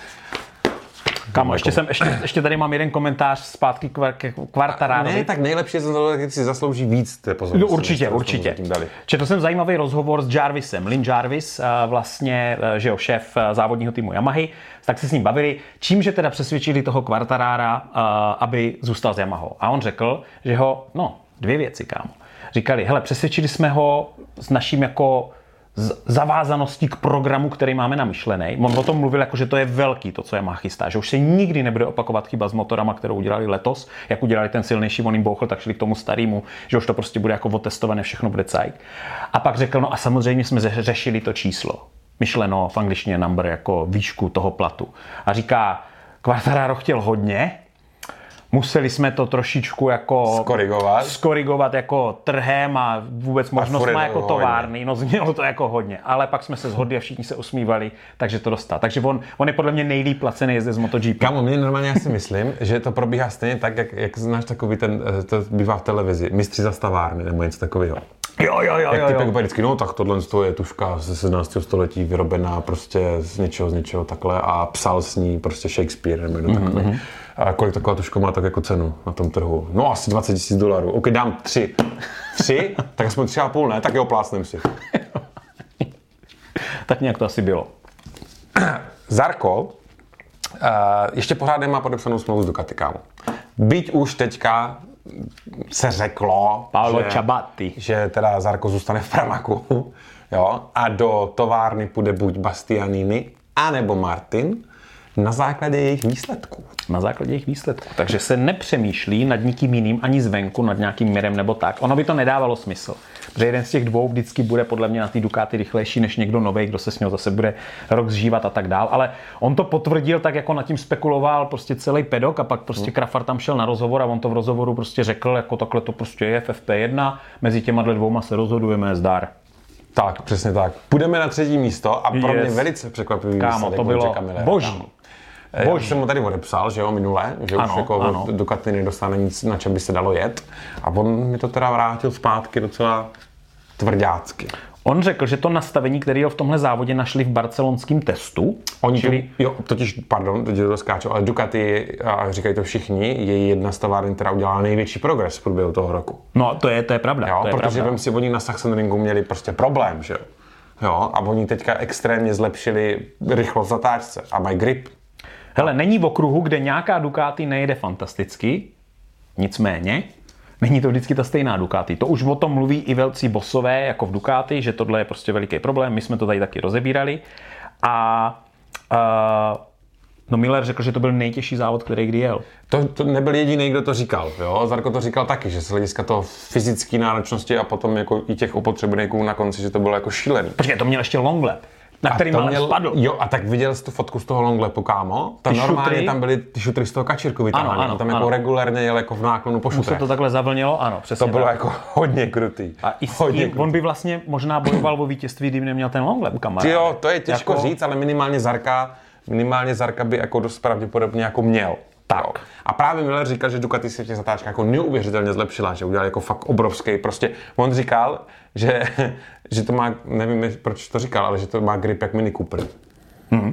Kámo, ještě, jsem, ještě, ještě tady mám jeden komentář zpátky k Quartararovi. Ne, tak nejlepší je, že si zaslouží víc té pozornosti. No, určitě, určitě. Četl jsem zajímavý rozhovor s Jarvisem. Lynn Jarvis, vlastně, že jo, šéf závodního týmu Yamahy, tak se s ním bavili, čímže teda přesvědčili toho Quartarara, aby zůstal s Yamahou. A on řekl, že ho, no, dvě věci, kámo. Říkali, hele, přesvědčili jsme ho s naším jako zavázaností k programu, který máme namyšlený. On o tom mluvil, jako, že to je velký, to, co Yamaha chystá, že už se nikdy nebude opakovat chyba s motorama, kterou udělali letos, jak udělali ten silnější, on jim bouchl, tak šli k tomu starému, že už to prostě bude jako otestované, všechno bude cajk. A pak řekl, no a samozřejmě jsme řešili to číslo. Myšleno v angličtině number jako výšku toho platu. A říká, Quartararo chtěl hodně, museli jsme to trošičku jako skorigovat, skorigovat jako trhem a vůbec možnost má jako továrny, no znělo to jako hodně, ale pak jsme se shodli a všichni se usmívali, takže to dostal. Takže on, on je podle mě nejlíp placený jezdec z MotoGP. Kámo, mě normálně já si myslím, že to probíhá stejně tak, jak, jak znáš takový ten, to bývá v televizi, mistři za stavárny nebo něco takového. Jo, jo, jo, jak jo, typek vždycky, no tak tohle je tuška ze sedmnáctého století vyrobená prostě z něčeho, z něčeho takhle a psal s ní prostě Shakespeare nebo mm-hmm. takhle. A kolik taková tuška má tak jako cenu na tom trhu? No asi dvacet tisíc dolarů. Ok, dám tři. Tři? Tak aspoň tři a půl, ne? Tak jo, plácnem si. Tak nějak to asi bylo. Zarko uh, ještě pořád nemá podepsanou smlouvu s Ducati, kámo. Byť už teďka se řeklo, Paolo že, Ciabatti. že teda Zarko zůstane v Pramaku, jo, a do továrny půjde buď Bastianini, anebo Martin, na základě jejich výsledků. Na základě jejich výsledků. Takže se nepřemýšlí nad nikým jiným, ani zvenku, nad nějakým mirem nebo tak. Ono by to nedávalo smysl. Protože jeden z těch dvou vždycky bude podle mě na té Ducati rychlejší než někdo nový, kdo se s něho zase bude rok zžívat a tak dál. Ale on to potvrdil tak, jako nad tím spekuloval prostě celý pedok a pak prostě Crafford tam šel na rozhovor a on to v rozhovoru prostě řekl, jako takhle to prostě je v F P jedna, mezi těma dvouma se rozhodujeme, zdar. Tak, přesně tak. Půjdeme na třetí místo a pro Yes. mě velice překvapivý Kámo, výsledek to bylo boží. Já už jsem mu tady odepsal, že jo, minule, že ano, už jako ano. od Ducati nedostane nic, na čem by se dalo jet. A on mi to teda vrátil zpátky docela tvrďácky. On řekl, že to nastavení, které ho v tomhle závodě našli v barcelonském testu, Oni čili... to, jo, totiž, pardon, teď to skáču, ale Ducati, a říkají to všichni, je jedna z továrny, která udělala největší progres v průběhu toho roku. No, to je, to je pravda. Jo, to je protože pravda. vem si, oni na Sachsenringu měli prostě problém, že jo. Jo, a oni teďka extrémně zlepšili rychlost zatáčce a mají grip. Hele, není v okruhu, kde nějaká Ducati nejede fantasticky, nicméně není to vždycky ta stejná Ducati. To už o tom mluví i velcí bosové, jako v Ducati, že tohle je prostě veliký problém. My jsme to tady taky rozebírali. A uh, no Miller řekl, že to byl nejtěžší závod, který kdy jel. To, to nebyl jediný, kdo to říkal, jo. Zarko to říkal taky, že z hlediska toho fyzické náročnosti a potom jako i těch opotřebníků na konci, že to bylo jako šílený. Počkej, to měl ještě long lap, na který to měl spadl. Jo, a tak viděl jsi tu fotku z toho long lapu, kámo? Tam Ty normálně šutry? tam byly ty šutry z toho kačírku vytáhané. Ano, ano, tam ano. jako regulérně jel jako v náklonu po Mu se šutrech. to takhle zavlnilo, ano, přesně. To bylo tak. jako hodně krutý. A i s hodně tím, on by vlastně možná bojoval o vítězství, kdyby neměl ten long lap, kamarád. Jo, to je těžko jako... říct, ale minimálně Zarka, minimálně Zarka by jako dost pravděpodobně jako měl. Tak. Jo. A právě Miller říkal, že Ducati se v těch zatáčkách jako neuvěřitelně zlepšila, že udělal jako fakt obrovský, prostě on říkal, že, že to má, nevím proč to říkal, ale že to má grip jak Mini Cooper. Hmm.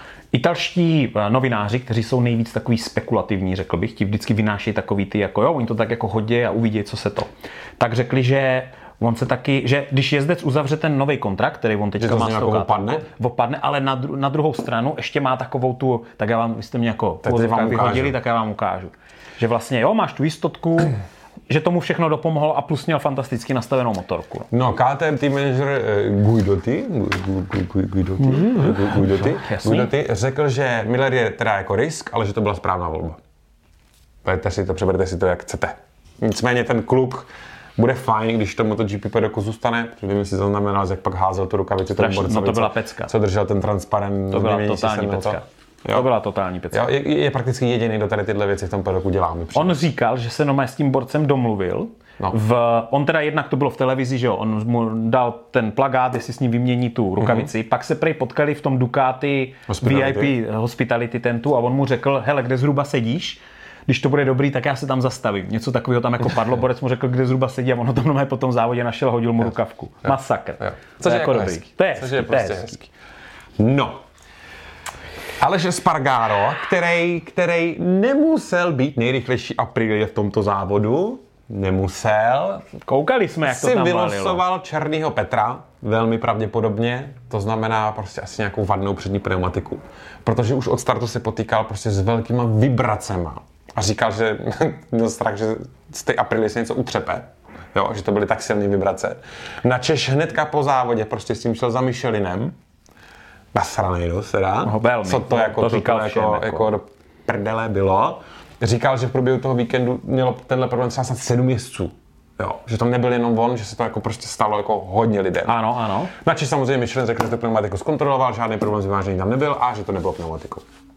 Italští novináři, kteří jsou nejvíc takový spekulativní, řekl bych, ti vždycky vynášejí takový ty, jako jo, oni to tak jako hodí a uvidí, co se to. Tak řekli, že on se taky, že když jezdec uzavře ten nový kontrakt, který on teďka má s tou opadne? opadne, ale na, dru, na druhou stranu ještě má takovou tu, tak já vám, vy jste mě jako vám vyhodili, tak já vám ukážu. Že vlastně jo, máš tu jistotku, že tomu všechno dopomohlo a plus měl fantasticky nastavenou motorku. No, K T M team manager Guidotti, Guidotti, Guidotti, Guidotti řekl, že Miller je teda jako risk, ale že to byla správná volba. Berte si to, přeberte si to, jak chcete. Nicméně ten kluk bude fajn, když to MotoGP pedoku zůstane, protože vím, jestli to znamená, jak pak házel tu rukavici tomu borcovi, no to byla pecka. Co držel ten transparent. To byla totální pecka. Jo. To byla totální pecka. Jo, je, je prakticky jediný, kdo tady tyhle věci v tom pedoku dělá. On říkal, že se nomé s tím borcem domluvil. No. V, on teda jednak to bylo v televizi, že jo, on mu dal ten plagát, jestli s ním vymění tu rukavici, mm-hmm. pak se prej potkali v tom Ducati Hospitality. V I P Hospitality tentu a on mu řekl, hele, kde zhruba sedíš? Když to bude dobrý, tak já se tam zastavím. Něco takového tam jako padlo, borec mu řekl, kde zhruba sedí a on ho tam nomé po tom závodě našel, hodil mu rukavku. Jo. Masakr. Jo. Což je jako jako dobrý. hezký. To je Což je prostě hezký. hezký. No. Aleš Espargaro, který, který nemusel být nejrychlejší Aprilia v tomto závodu, nemusel. Koukali jsme, jak to si tam vylosoval valilo. černýho Petra, velmi pravděpodobně, to znamená prostě asi nějakou vadnou přední pneumatiku. Protože už od startu se potýkal prostě s velkýma vibracema. A říkal, že měl strach, že z té Aprilie se něco utřepe. jo, že to byly tak silné vibrace. Načež hnedka po závodě prostě s tím šel za Michelinem, nasranej dost teda, no, velmi, co to, jako, to to, říkal to všem, jako, jako. jako do prdele bylo. Říkal, že v průběhu toho víkendu mělo tenhle problém třeba snad sedm jezdců. Jo, že to nebyl jenom on, že se to jako prostě stalo jako hodně lidem. Ano, ano. Načež samozřejmě Michelin řekl, že to pneumatiku zkontroloval, žádný problém s vyvážením tam nebyl a že to nebylo pneumatiku.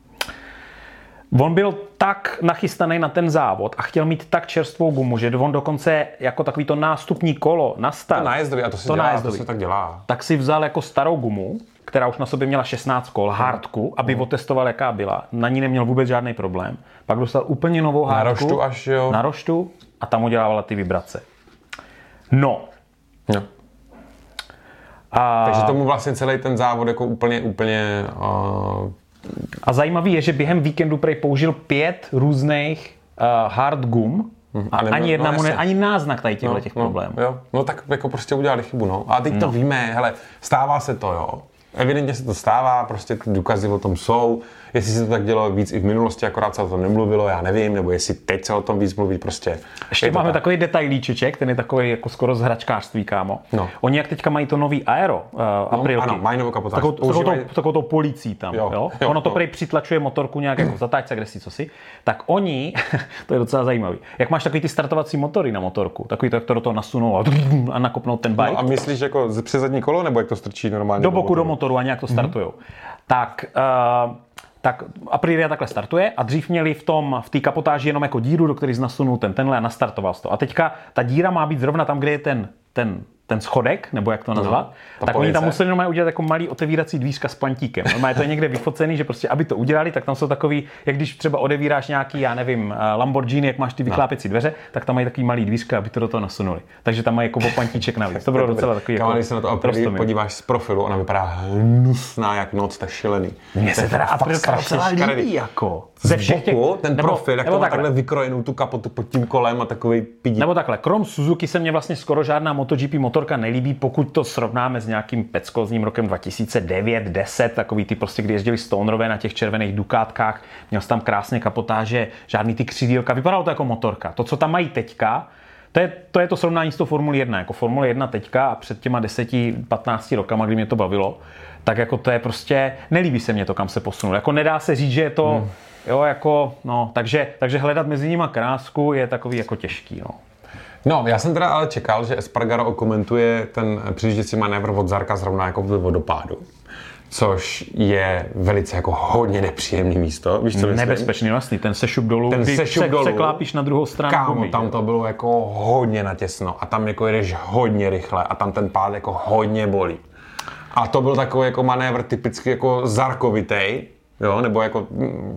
On byl tak nachystaný na ten závod a chtěl mít tak čerstvou gumu, že on dokonce jako takový to nástupní kolo na start. To nájezdový, a to se to dělá, nájezdový, to se tak dělá. Tak si vzal jako starou gumu, která už na sobě měla šestnáct kol, hardku, aby otestoval, jaká byla. Na ní neměl vůbec žádný problém. Pak dostal úplně novou hardku. Na roštu až, jo. Na roštu a tam udělávala ty vibrace. No. No. A... Takže tomu vlastně celý ten závod jako úplně, úplně... Uh... A zajímavý je, že během víkendu prej použil pět různých uh, hard gum a, a nebyl, ani jedna no, mu ne, ani náznak tady těchto no, těch no, problémů. Jo. No tak jako prostě udělali chybu, no. A teď no. to víme, hele, stává se to, jo. Evidentně se to stává, prostě ty důkazy o tom jsou. Jestli se to tak dělo víc i v minulosti, akorát se o tom nemluvilo, já nevím, nebo jestli teď se o tom víc mluví, prostě. Ještě máme tak. takový detailíček, ten je takový jako skoro z hračkářství, kámo. No. Oni jak teďka mají to nový aero, uh, no, aprilky. Ano, mají novou kapotáž. Takovou, Používají... takovou, takovou policí tam, jo. jo? jo ono to jo. prej přitlačuje motorku nějak jako v zatáčce, kde si cosi. Tak oni, to je docela zajímavý, jak máš takový ty startovací motory na motorku, takový to, jak to do toho nasunou a, a nakopnou ten bike. No a myslíš jako přes zadní kolo, nebo jak to strčí normálně? Do boku, do motoru, do motoru a nějak to startujou. Mm-hmm. Tak... Uh, tak Aprilia takhle startuje a dřív měli v tom v té kapotáži jenom jako díru, do které nasunul ten tenhle a nastartoval to. A teďka ta díra má být zrovna tam, kde je ten, ten, ten schodek, nebo jak to nazvat, no, tak oni tam museli jenom udělat jako malý otevírací dvířka s plantíkem. No, je to někde vyfocený, že prostě aby to udělali, tak tam jsou takový, jak když třeba odevíráš nějaký, já nevím, Lamborghini, jak máš ty vyklápěcí dveře, tak tam mají takový malý dvířka, aby to do toho nasunuli. Takže tam mají jako plantíček navíc. To bylo docela takový jako. Když se na to Aprilia podíváš z profilu, ona vypadá hnusná jak noc, to je šílený. Mně se teda Aprilka docela líbí jako. Ze všech těch, ten nebo, profil, jak to má takhle vykrojenou tu kapotu pod tím kolem a takový pidí. Nebo takhle, krom Suzuki se mně vlastně skoro žádná MotoGP motorka nelíbí, pokud to srovnáme s nějakým peckozním rokem dva tisíce devět deset, takový ty prostě, kdy jezdili Stonerové na těch červených Dukátkách, měl tam krásně kapotáže, žádný ty křidílka, vypadalo to jako motorka. To, co tam mají teďka, to je to, je to srovnání s tou Formule jedna, jako Formule jedna teďka a před těma deseti patnácti rokama, kdy mě to bavilo, tak jako to je prostě, nelíbí se mě to, kam se posunul. Jako nedá se říct, že je to, hmm. jo, jako, no, takže, takže hledat mezi nimi krásku je takový jako těžký, no. No, já jsem teda ale čekal, že Espargaro okomentuje ten přijížděcí manévr od Zarka zrovna jako v vodopádu. Což je velice jako hodně nepříjemný místo. Víš, co nebezpečný vlastně, ten sešup dolů, ten když sešup se, dolů, se klápíš na druhou stranu. Kámo, gumy, tam to bylo jako hodně natěsno a tam jako jedeš hodně rychle a tam ten pád jako hodně bolí. A to byl takový jako manévr typicky jako Zarkovitej, jo, nebo jako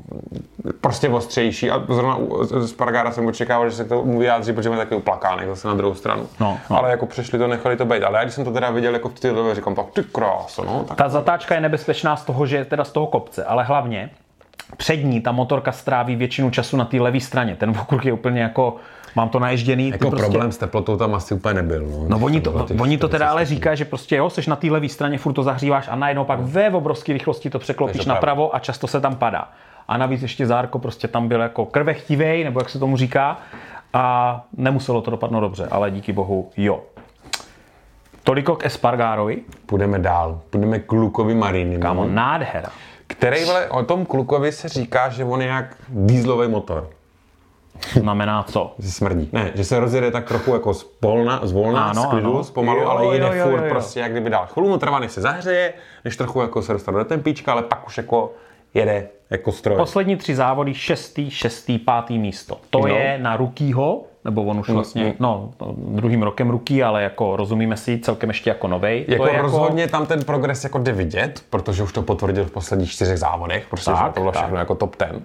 prostě ostřejší a zrovna z Espargara jsem očekával, že se to mu vyjádří, protože má takový plakánek zase na druhou stranu. No, no. Ale jako přešli to, nechali to být. Ale já když jsem to teda viděl jako v té době, říkám, tak ty kráso, no. Tak... Ta zatáčka je nebezpečná z toho, že teda z toho kopce, ale hlavně přední ta motorka stráví většinu času na té levé straně. Ten okruh je úplně jako, mám to naježděný. Jako prostě... problém s teplotou tam asi úplně nebyl. No, no oni to, oni to teda ale říkají, že prostě jo, seš na té levé straně, furt to zahříváš a najednou pak ve obrovské rychlosti to překlopíš napravo a často se tam padá. A navíc ještě Zarko prostě tam byl jako krvechtivej, nebo jak se tomu říká, a nemuselo to dopadnout dobře, ale díky bohu jo. Toliko k Espargarovi. Půjdeme dál, půjdeme k Lukovi Marini. Kámo, nádhera. Který, vele, o tom Klukovi se říká, že on je jak dieselový motor. Znamená co? Že smrdí. Ne, že se rozjede tak trochu jako spolna, zvolna, z klidu, zpomalu, jo, ale jede jo, jo, furt jo, jo. prostě, jak kdyby dál chvíli mu trvá, než se zahřeje, než trochu jako se dostane do tempíčka, ale pak už jako jede jako stroj. Poslední tři závody, šestý, šestý, pátý místo. To no. je na Rukýho, nebo on už vlastně, mm, mm. no, druhým rokem Ruký, ale jako rozumíme si, celkem ještě jako novej. Jako to je rozhodně jako... tam ten progres jako jde vidět, protože už to potvrdil v posledních čtyřech závodech, prostě tak, že to bylo tak. všechno jako top ten.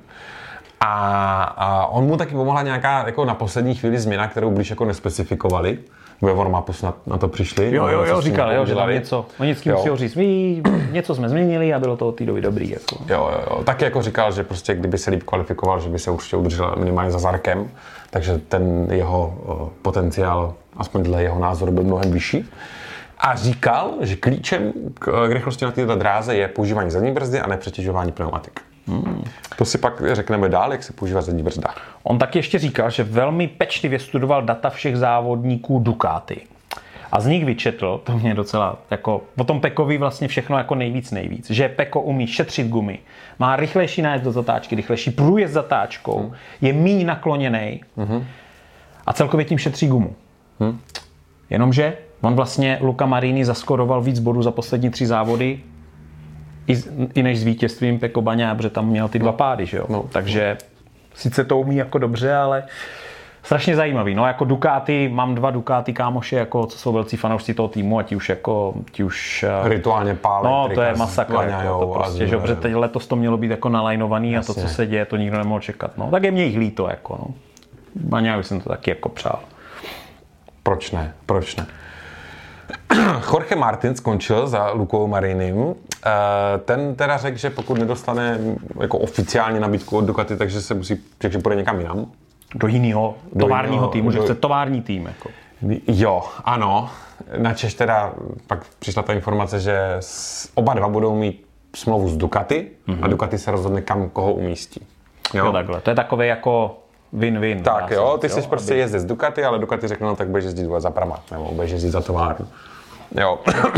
A, a on mu taky pomohla nějaká jako na poslední chvíli změna, kterou blíž jako nespecifikovali. Ve Warmapu snad na to přišli. Jo, jo, jo, říkal, jo, že tam něco, oni s musí říct, my něco jsme změnili a bylo to od té doby dobrý. Jako. Jo, jo, jo, taky jako říkal, že prostě kdyby se líp kvalifikoval, že by se určitě udržel minimálně za Zarkem, takže ten jeho uh, potenciál, aspoň dle jeho názoru, byl mnohem vyšší. A říkal, že klíčem k, k rychlosti na této dráze je používání zadní brzdy a nepřetěžování pneumatik. Hmm. To si pak řekneme dál, jak se používá zadní brzda. On taky ještě říkal, že velmi pečlivě studoval data všech závodníků Ducati. A z nich vyčetl, to mě docela, jako, o tom Pekovi vlastně všechno jako nejvíc nejvíc, že Peko umí šetřit gumy, má rychlejší nájezd do zatáčky, rychlejší průjezd zatáčkou, hmm. je míň nakloněnej hmm. a celkově tím šetří gumu. Hmm. Jenomže on vlastně Luca Marini zaskoroval víc bodů za poslední tři závody, i, i než s vítězstvím Pecco Bagnaia, protože tam měl ty dva pády, že jo? No. Takže sice to umí jako dobře, ale strašně zajímavý. No jako Ducati, mám dva Ducati kámoše, jako, co jsou velcí fanoušci toho týmu a ti už jako, ti už... Rituálně pálí. No to je masakr, jako, to prostě, že protože teď letos to mělo být jako nalajnovaný. Jasně. A to, co se děje, to nikdo nemohl čekat. No tak je mě jich líto, jako no. Bagnaia jsem to taky jako přál. Proč ne? Proč ne? Jorge Martin skončil za Lucou Marinim. Ten teda řekl, že pokud nedostane jako oficiální nabídku od Ducati, takže se musí, takže půjde někam jinam. Do jiného továrního týmu, do... že chce tovární tým. Jako. Jo, ano. Načež teda pak přišla ta informace, že oba dva budou mít smlouvu s Ducati mm-hmm. a Ducati se rozhodne, kam koho umístí. Jo, jo takhle. To je takové jako win-win. Tak jo, ty jsi jo, prostě aby... jezdit z Ducati, ale Ducati řekne, no tak budeš jezdit za Pramac, nebo budeš jezdit za továrnu. Jo.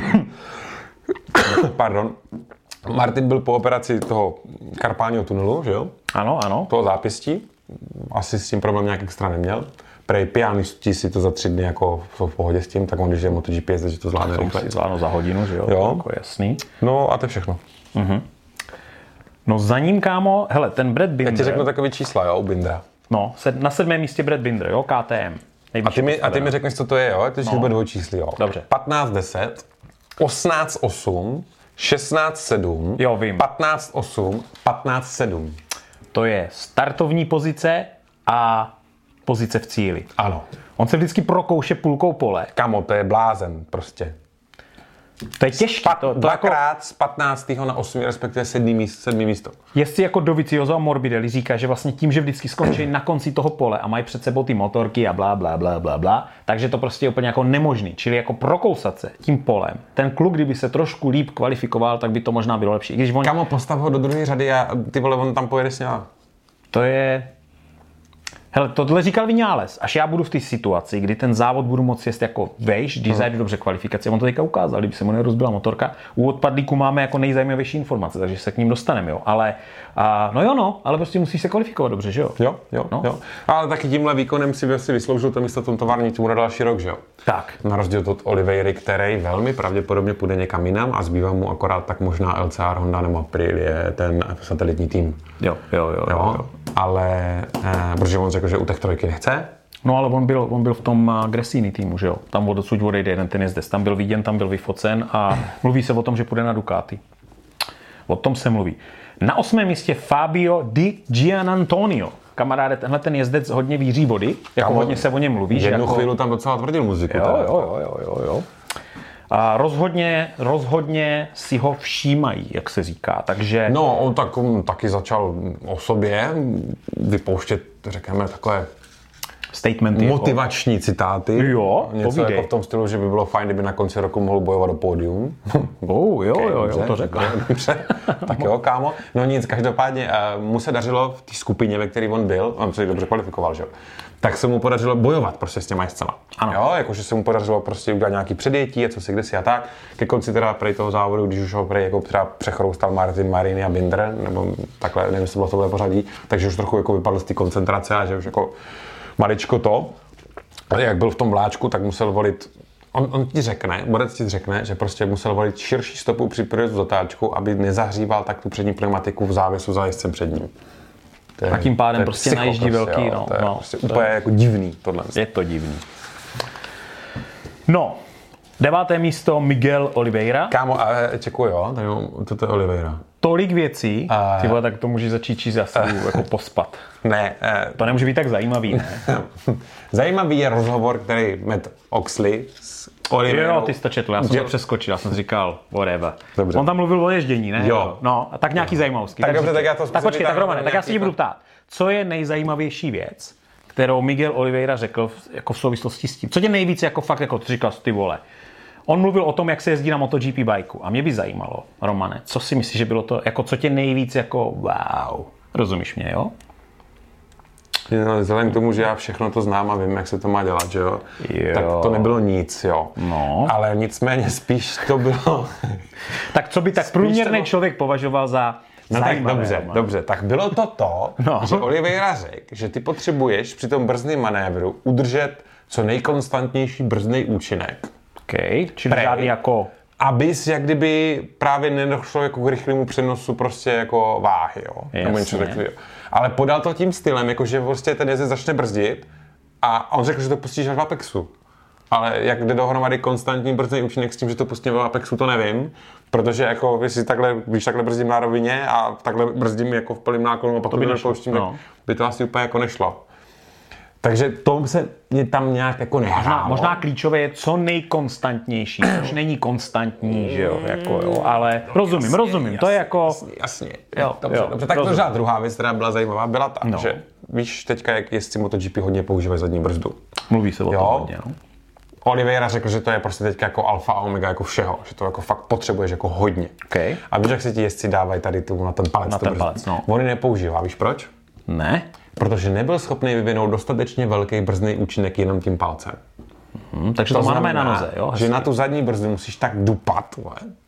Pardon. Martin byl po operaci toho karpálního tunelu, že jo? Ano, ano. Toho zápěstí. Asi s tím problém nějak extra neměl. Prej pianisti si to za tři dny jako jsou v pohodě s tím, tak on, když je MotoGP, že to zvládne rychle. To zvládne za hodinu, že jo? Jo. Jako jasný. No a to je všechno. Mhm. No za ním, kámo, hele, ten Brad Binder. Já ti řeknu takový čísla, jo, u Bindera. No, na sedmém místě Brad Binder, jo, K T M. A ty, mi, a ty mi řekneš, co to je, jo? Ty jsi no. dvojčíslí, jo? Dobře. patnáct deset, osmnáct osm, šestnáct sedm, jo, vím. patnáct osm, patnáct sedm. To je startovní pozice a pozice v cíli. Ano. On se vždycky prokouše půlkou pole. Kamo, to je blázen prostě. To je těžké. To, to dvakrát jako... z patnáctého na osmé, respektive sedmý místo. Sedmý místo. Jestli jako Dovizioso a Morbidelli říká, že vlastně tím, že vždycky skončí na konci toho pole a mají před sebou ty motorky a blá, blá, blá, blá, blá, takže to prostě je úplně jako nemožný. Čili jako prokousat se tím polem. Ten kluk, kdyby se trošku líp kvalifikoval, tak by to možná bylo lepší. Když on... Kamo, postav ho do druhé řady a ty vole, on tam pojede s ním. To je... Hele, tohle říkal Viñales. Až já budu v té situaci, kdy ten závod budu moci jet jako vejš, když hmm. zajdu dobře kvalifikaci. On to teďka ukázal, kdyby se mu nerozbila motorka. U odpadlíku máme jako nejzajímavější informace, takže se k ním dostaneme, jo. Ale, a, no jo, no, ale prostě musíš se kvalifikovat dobře, že jo? Jo, jo, no. jo. Ale taky tímhle výkonem si, si vysloužil to místo v tom tovární týmu na další rok, že jo? Tak. Na rozdíl od Oliveiry, který velmi pravděpodobně půjde někam jinam a zbývá mu akorát tak možná L C R, Honda nebo Aprilia, ten satelitní tým. Jo, jo, jo. jo, jo. Ale, eh, protože on řekl, že u těch trojky nechce. No ale on byl, on byl v tom Gresini týmu, že jo? Tam odsud odejde jeden ten jezdec. Tam byl viděn, tam byl vyfocen a mluví se o tom, že půjde na Ducati. O tom se mluví. Na osmém místě Fabio Di Gianantonio. Kamaráde, tenhle ten jezdec hodně víří body, jako Tam hodně se o něm mluví. Jednu jako... chvíli tam docela tvrdil muziku. Jo, jo, jo, jo, jo. A rozhodně, rozhodně si ho všímají, jak se říká, takže... No, on tak, on taky začal o sobě vypouštět, řekněme, takové statementy. Motivační jako... citáty. Jo, něco povídej. Jako v tom stylu, že by bylo fajn, kdyby na konci roku mohl bojovat do pódium. Oh, jo, okay, jo, jo, to řekl. Tak jo, kámo. No nic, každopádně uh, mu se dařilo v té skupině, ve které on byl, on se dobře kvalifikoval, že jo, tak se mu podařilo bojovat prostě s těma jezdcema. Ano. Jo, jakože se mu podařilo prostě udělat nějaký předjetí a co si kdesi a tak. Ke konci teda prej toho závodu, když už ho prej jako třeba přechroustal Martin, Marini a Binder, nebo takhle, nevím, jestli bylo tohle pořadí, takže už trochu jako vypadl z té koncentrace a že už jako maličko to. Ale jak byl v tom vláčku, tak musel volit, on, on ti řekne, borec ti řekne, že prostě musel volit širší stopu při průjezdu zatáčku, aby nezahříval tak tu přední pneumatiku v závěsu za jezdcem před ním. Je, a tím pádem prostě najíždí prostě, velký, jo, no. To je no, prostě to úplně je, jako divný tohle. Je to divný. No, deváté místo Miguel Oliveira. Kámo, a čekuji, jo, toto je Oliveira. Tolik věcí, a... ty vole, tak to můžeš začít číst zase jako pospat. Ne. Eh... To nemůže být tak zajímavý, ne? Zajímavý je rozhovor, který Matt Oxley s Oliveirou. Jo, ty jsi to četl, já jsem že... to přeskočil, já jsem si říkal, whatever. Dobře. On tam mluvil o ježdění, ne? Jo. No, a tak nějaký zajímavosti. Tak, tak dobře, tak já to Tak počkej, tak Romane, tak já si tě budu ptát. Co je nejzajímavější věc, kterou Miguel Oliveira řekl jako v souvislosti s tím? Co tě nejvíc jako fakt, jako ty říkal, ty vole, On mluvil o tom, jak se jezdí na MotoGP bajku. A mě by zajímalo, Romane, co si myslíš, že bylo to, jako co tě nejvíc jako wow. Rozumíš mě, jo? No, vzhledem k tomu, že já všechno to znám a vím, jak se to má dělat, že jo? jo. Tak to nebylo nic, jo. No. Ale nicméně spíš to bylo... tak co by tak průměrný to... člověk považoval za No tak zajímavé, dobře, no. dobře. Tak bylo to to, no. že Oliveira řekl, že ty potřebuješ při tom brzdném manévru udržet co nejkonstantnější brzdný účinek. Okay. Čili Prej. žádný jako... Abys jak kdyby právě nedošlo jako k rychlému přenosu prostě jako váhy, jo. Nebo něco takového. Ale podal to tím stylem, jako že prostě ten jezdec začne brzdit a on řekl, že to pustíš až v Apexu. Ale jak jde dohromady konstantní brzdný účinek s tím, že to pustím v Apexu, to nevím. Protože jako, když takhle, když takhle brzdím na rovině a takhle brzdím jako v plném náklonu a pak to by nepouštím, no. tak by to asi úplně jako nešlo. Takže to se mě tam nějak jako nehrálo. Možná, možná klíčové je co nejkonstantnější, což není konstantní, že jo, jako jo, ale no, rozumím, jasně, rozumím, jasně, to je jako... Jasně, jasně. Jo, dobře, jo, dobře, tak rozumím. možná druhá věc, která byla zajímavá, byla ta, no. že víš teďka, jak jezdci MotoGP hodně používají zadní brzdu. Mluví se o tom hodně, no. Oliveira řekl, že to je prostě teďka jako alfa a omega jako všeho, že to jako fakt potřebuješ jako hodně. Okay. A víš, jak se ti jezdci dávají tady tu, na ten palec. Na ten palec, no. On ji nepoužívá, víš proč? Ne. Protože nebyl schopný vyvinout dostatečně velký brzdný účinek jenom tím palcem. Hmm, takže to, to máme na noze, jo? Hezky. Že na tu zadní brzdu musíš tak dupat,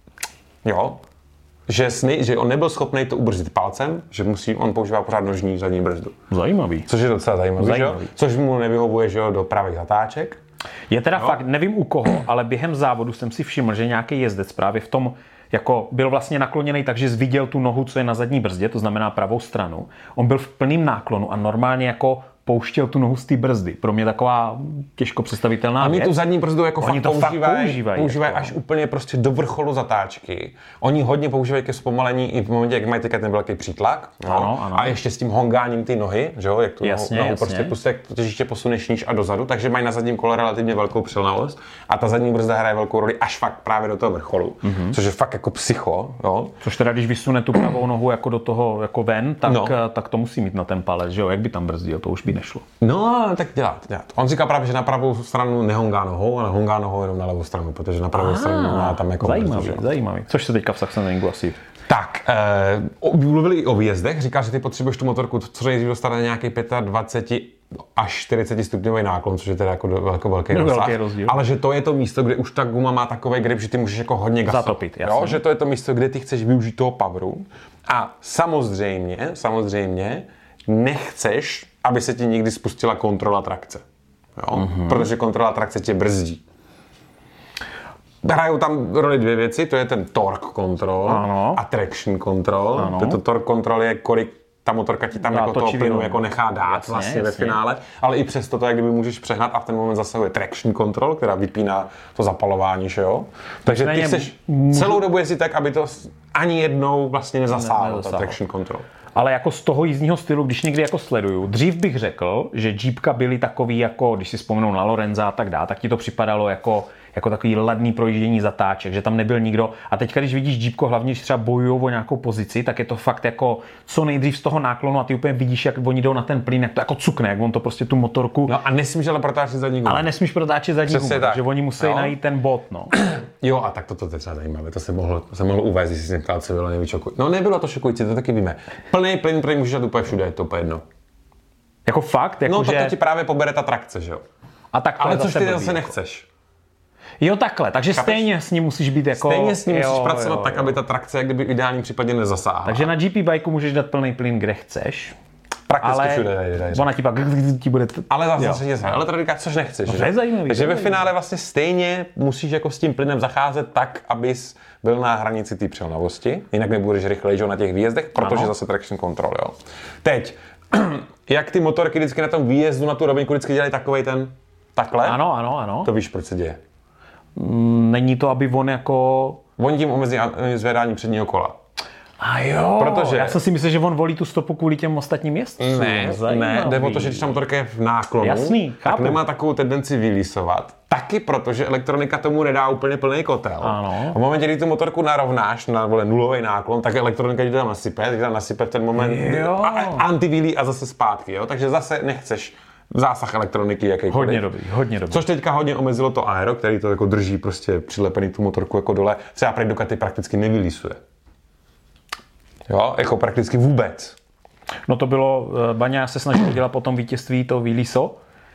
jo? Že, sny, že on nebyl schopný to ubrzdit palcem, že musí, on používá pořád nožní zadní brzdu. Zajímavý. Což je docela zajímavý, zajímavý. Že? Což mu nevyhovuje, že jo, do pravých zatáček. Je teda no. fakt, nevím u koho, ale během závodu jsem si všiml, že nějaký jezdec právě v tom jako byl vlastně nakloněný, takže viděl tu nohu, co je na zadní brzdě, to znamená pravou stranu. On byl v plném náklonu a normálně jako pouštěl tu nohu z té brzdy. Pro mě taková těžko představitelná věc. Oni tu zadní brzdu jako Oni fakt to používají, fakt používají, používají jako. až úplně prostě do vrcholu zatáčky. Oni hodně používají ke zpomalení i v momentě, jak mají teďka ten velký přítlak. No? Ano, ano. A ještě s tím hongáním ty nohy, že jo, jak tu jasně, nohu jasně. prostě prostě jak to těžiště posuneš níž a dozadu, takže mají na zadním kole relativně velkou přilnavost a ta zadní brzda hraje velkou roli až fakt právě do toho vrcholu, mm-hmm. což je fakt jako psycho, jo. Což teda když vysune tu pravou nohu jako do toho jako ven, tak, no. tak to musí mít na ten palec, že jo, jak by tam brzdil, to už by nešlo. No, tak dělat, dělat. On říká právě, že na pravou stranu nehongá nohou, ale hongá nohou jenom na levou stranu, protože na pravou ah, stranu má tam jako zajímavý, brzdí, zajímavý. Což se teďka v Sachsenringu asi. Tak, eh, mluvili i o výjezdech, říká, že ty potřebuješ tu motorku co nejdřív dostat na nějaký dvacet pět až čtyřicet stupňový náklon, což je teda jako, do, jako velký, no, velký rozdíl. Ale že to je to místo, kde už ta guma má takový grip, že ty můžeš jako hodně gasat. Zatopit, jasně. Jo, že to je to místo, kde ty chceš využít toho poweru. A samozřejmě, samozřejmě nechceš, aby se ti někdy spustila kontrola trakce. Jo? Mm-hmm. Protože kontrola trakce tě brzdí. Hrajou tam roli dvě věci, to je ten torque control ano. a traction control. Ano. To torque control je, kolik ta motorka ti tam no, jako toho plynu jako nechá dát jasně, vlastně jasně. ve finále, ale i přesto to jak kdyby můžeš přehnat a v ten moment zasahuje traction control, která vypíná to zapalování, že jo? Takže ty chceš můžu... celou dobu jezdit tak, aby to ani jednou vlastně nezasáhlo, ne, ta traction control. Ale jako z toho jízdního stylu, když někdy jako sleduju, dřív bych řekl, že Jeepka byly takový jako, když si vzpomenu na Lorenza a tak dále, tak ti to připadalo jako, jako takový ladný projíždění zatáček, že tam nebyl nikdo. A teďka, když vidíš Jeepko, hlavně když třeba bojují o nějakou pozici, tak je to fakt jako co nejdřív z toho náklonu a ty úplně vidíš, jak oni jdou na ten plyn, jak to jako cukne, jak on to prostě tu motorku. No a nesmíš ale protáčet zadní gumu. Ale nesmíš protáčet zadní gumu, že oni musí no. najít ten bod, no. Jo, a tak toto je třeba zajímavé, to se mohlo, to se mohlo uvést, jestli si ptal, co bylo nejvíc šokující. No nebylo to šokující, to taky víme. Plný plyn, který můžeš dát úplně všude, je to úplně jedno. Jako fakt? Jako no že... to, to ti právě pobere ta trakce, že jo. A tak ale což ty zase jako... nechceš. Jo, takhle, takže Chápeš? Stejně s ním musíš být jako... Stejně s ním jo, musíš pracovat jo, jo. tak, aby ta trakce jak kdyby v ideálním případě nezasáhla. Takže na G P bajku můžeš dát plný plyn, kde chceš. Prakticky ale všude nejde. Ona ti pak ti bude... T... Ale zase je elektronika, což nechceš. No, to je zajímavý. Takže ve finále vlastně stejně musíš jako s tím plynem zacházet tak, abys byl na hranici té přilnavosti. Jinak nebudeš rychlejší na těch výjezdech, protože ano. zase traction control, jo. Teď, jak ty motorky vždycky na tom výjezdu na tu rovinku vždycky dělají takovej ten takhle? Ano, ano, ano. To víš, proč se děje. Není to, aby on jako... On tím omezí zvedání předního kola. A jo, protože... já jsem si myslel, že on volí tu stopu kvůli těm ostatním jezdcům. Ne, ne, jde o to, že když ta motorka je v náklonu, jasný, tak nemá takovou tendenci vylísovat. Taky protože elektronika tomu nedá úplně plný kotel. Ano. V momentě, kdy tu motorku narovnáš na vole, nulový náklon, tak elektronika ti to tam nasype, tak tam nasype v ten moment a, antivílí a zase zpátky. Jo? Takže zase nechceš zásah elektroniky jakýkoliv. Hodně dobrý, hodně dobrý. Což teďka hodně omezilo to aero, který to jako drží prostě přilepený tu motorku jako dole. Třeba prej Ducati prakticky nevylísuje. Jo, jako prakticky vůbec. No to bylo, Baňa se snažil udělat po tom vítězství to výliso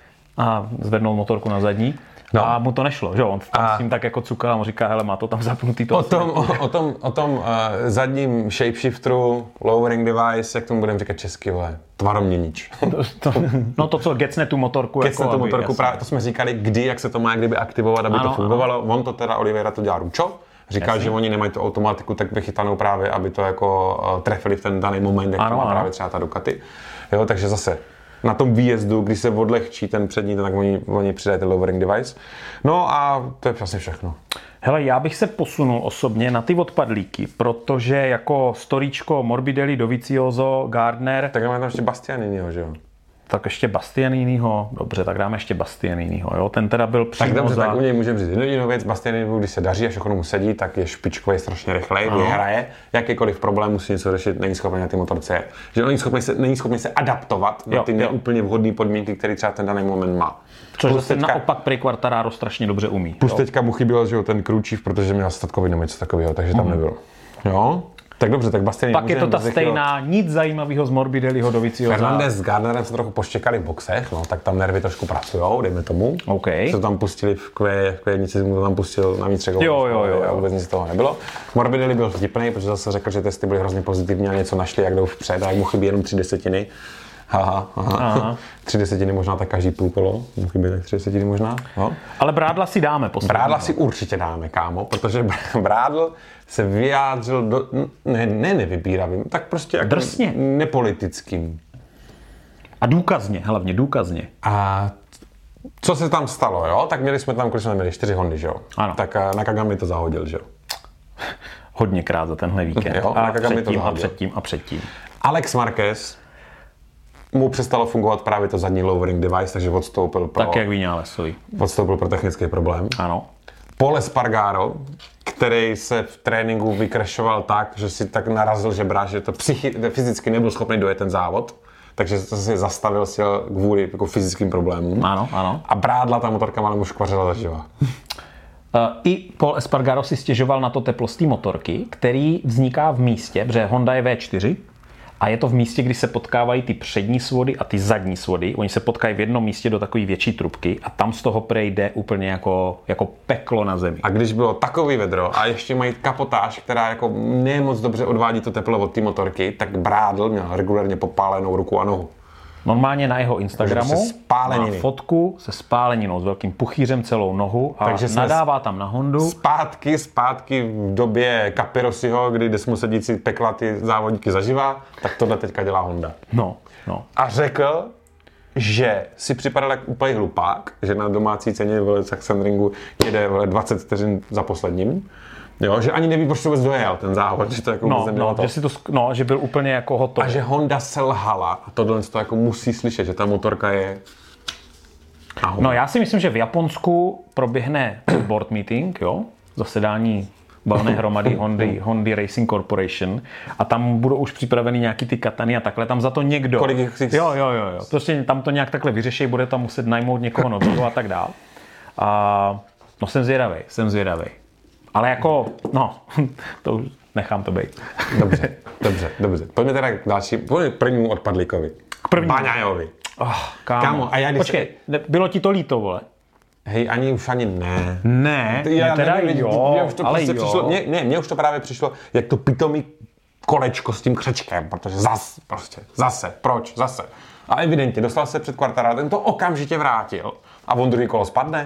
a zvednout motorku na zadní. No. A mu to nešlo, že on tam a... s tím tak jako cukal a mu říká, hele, má to tam zapnutý to. O tom, o, o tom, o tom uh, zadním shapeshifteru, lowering device, jak tomu budeme říkat česky, vole, tvaroměnič. to, to, no to, co gecne tu motorku. Gecne jako, tu motorku, právě to jsme říkali, kdy, jak se to má kdyby aktivovat, aby ano, to fungovalo. Ano. On to teda, Oliveira to dělá ručo. Říkal, jasně, že oni nemají tu automatiku tak vychytanou právě, aby to jako uh, trefili v ten daný moment, jak ano, to má ano. právě třeba ta Ducati. Jo, takže zase na tom výjezdu, když se odlehčí ten přední, tak oni, oni přidají ten lowering device. No a to je vlastně všechno. Hele, já bych se posunul osobně na ty odpadlíky, protože jako storíčko Morbidelli, Dovizioso, Gardner... Tak máme tam ještě Bastianinho, že jo? Tak ještě Bastianinho, dobře, tak dáme ještě Bastianinho, jo, ten teda byl přímo tak dobře, za... tak u něj můžeme říct jednu jinou věc, Bastianiniho, když se daří a všechno mu sedí, tak je špičkový strašně rychlej, vyhraje, jakýkoliv problém musí něco řešit, není schopný na ty motorce, že není schopný se, není schopný se adaptovat na ty neúplně vhodné podmínky, které třeba ten daný moment má. Což zase teďka, naopak prej Quartararo strašně dobře umí. Plus jo? Teďka mu chyběl, že jo, ten crew chief, protože měl statkový nebo něco takového, takže tam mm. nebyl. Jo? Tak dobře, tak Bastianini. Pak je to ta stejná, nic zajímavého z Morbidelliho do Doviziosa. Fernandez s Gardnerem se trochu poštěkali v boxech, no, tak tam nervy trošku pracujou, dejme tomu. Okay. Se to tam pustili v Q, v Q1 mu to tam pustil na vnitřek. Jo, jo, jo, jo. Vůbec nic z toho nebylo. Morbidelli byl vtipný, protože zase řekl, že testy byly hrozně pozitivní a něco našli, jak jdou vpřed a jak mu chybí jenom tři desetiny. Aha, aha. aha. Tři desetiny možná tak každý půl kolo, mu chybí tak tři desetiny možná. No. Ale Brádla si dáme poslední. Brádla si určitě dáme, kámo, protože Brádl se vyjádřil do, ne, ne nevybíravým, tak prostě jako drsně, nepolitickým. A důkazně, hlavně důkazně. A co se tam stalo, jo? Tak měli jsme tam, když jsme měli čtyři Hondy, že jo? Ano. Tak Nakagami to zahodil, že jo? Hodněkrát za tenhle víkend. Jo, a předtím, a předtím a předtím. Alex Marquez mu přestalo fungovat právě to zadní lowering device, takže odstoupil pro... Tak jak Vinálesový. Odstoupil pro technický problém. Ano. Paul Espargaro, který se v tréninku vykrašoval tak, že si tak narazil žebra, že to psychi- fyzicky nebyl schopný dojet ten závod, takže se zastavil si kvůli jako fyzickým problémům. Ano, ano. A Brádla ta motorka malé mu škvařila zaživa. I Paul Espargaro si stěžoval na to teplo z té motorky, který vzniká v místě, protože Honda je vé čtyři, a je to v místě, kdy se potkávají ty přední svody a ty zadní svody. Oni se potkají v jednom místě do takové větší trubky a tam z toho prejde úplně jako, jako peklo na zemi. A když bylo takový vedro a ještě mají kapotáž, která jako nemoc dobře odvádí to teplo od té motorky, tak Brádl měl regulárně popálenou ruku a nohu. Normálně na jeho Instagramu má fotku se spáleninou, s velkým puchýřem celou nohu a takže nadává tam na Hondu. Zpátky, zpátky v době Capirosiho, kdy desmu sedící pekla ty závodníky zaživa, tak tohle teďka dělá Honda. No, no. A řekl, že si připadal jak úplný hlupák, že na domácí ceně v Sachsenringu jede dvacet vteřin za posledním. Jo, že ani neví, proč to vůbec dojel ten závod, že to jako no, no, to. Že si to, no, že byl úplně jako hotový. A že Honda selhala a tohle to jako musí slyšet, že ta motorka je... Ahoj. No já si myslím, že v Japonsku proběhne board meeting, jo, zasedání valné hromady Hondy, Hondy Racing Corporation a tam budou už připraveny nějaký ty katany a takhle, tam za to někdo... Kolik jich... Jo, jo, jo, jo, prostě tam to nějak takhle vyřeší, bude tam muset najmout někoho nového a tak dál. A no jsem zvědavý, jsem zvědavý. Ale jako, no, to už nechám to být. Dobře, dobře, dobře. Pojďme teda k další, pojďme k prvnímu odpadlíkovi. K prvnímu. Baňajovi. Oh, kámo. kámo. A já když... Počkej, bylo ti to líto, vole? Hej, ani už ani ne. Ne, já ne teda nevím, jo, mě už to ale prostě jo. Přišlo, mě, ne, mně už to právě přišlo, jak to pitomý kolečko s tím křečkem, protože zas, prostě, zase, proč, zase. A evidentně, dostal se před Quartararo, ten to okamžitě vrátil a on druhý kolo spadne.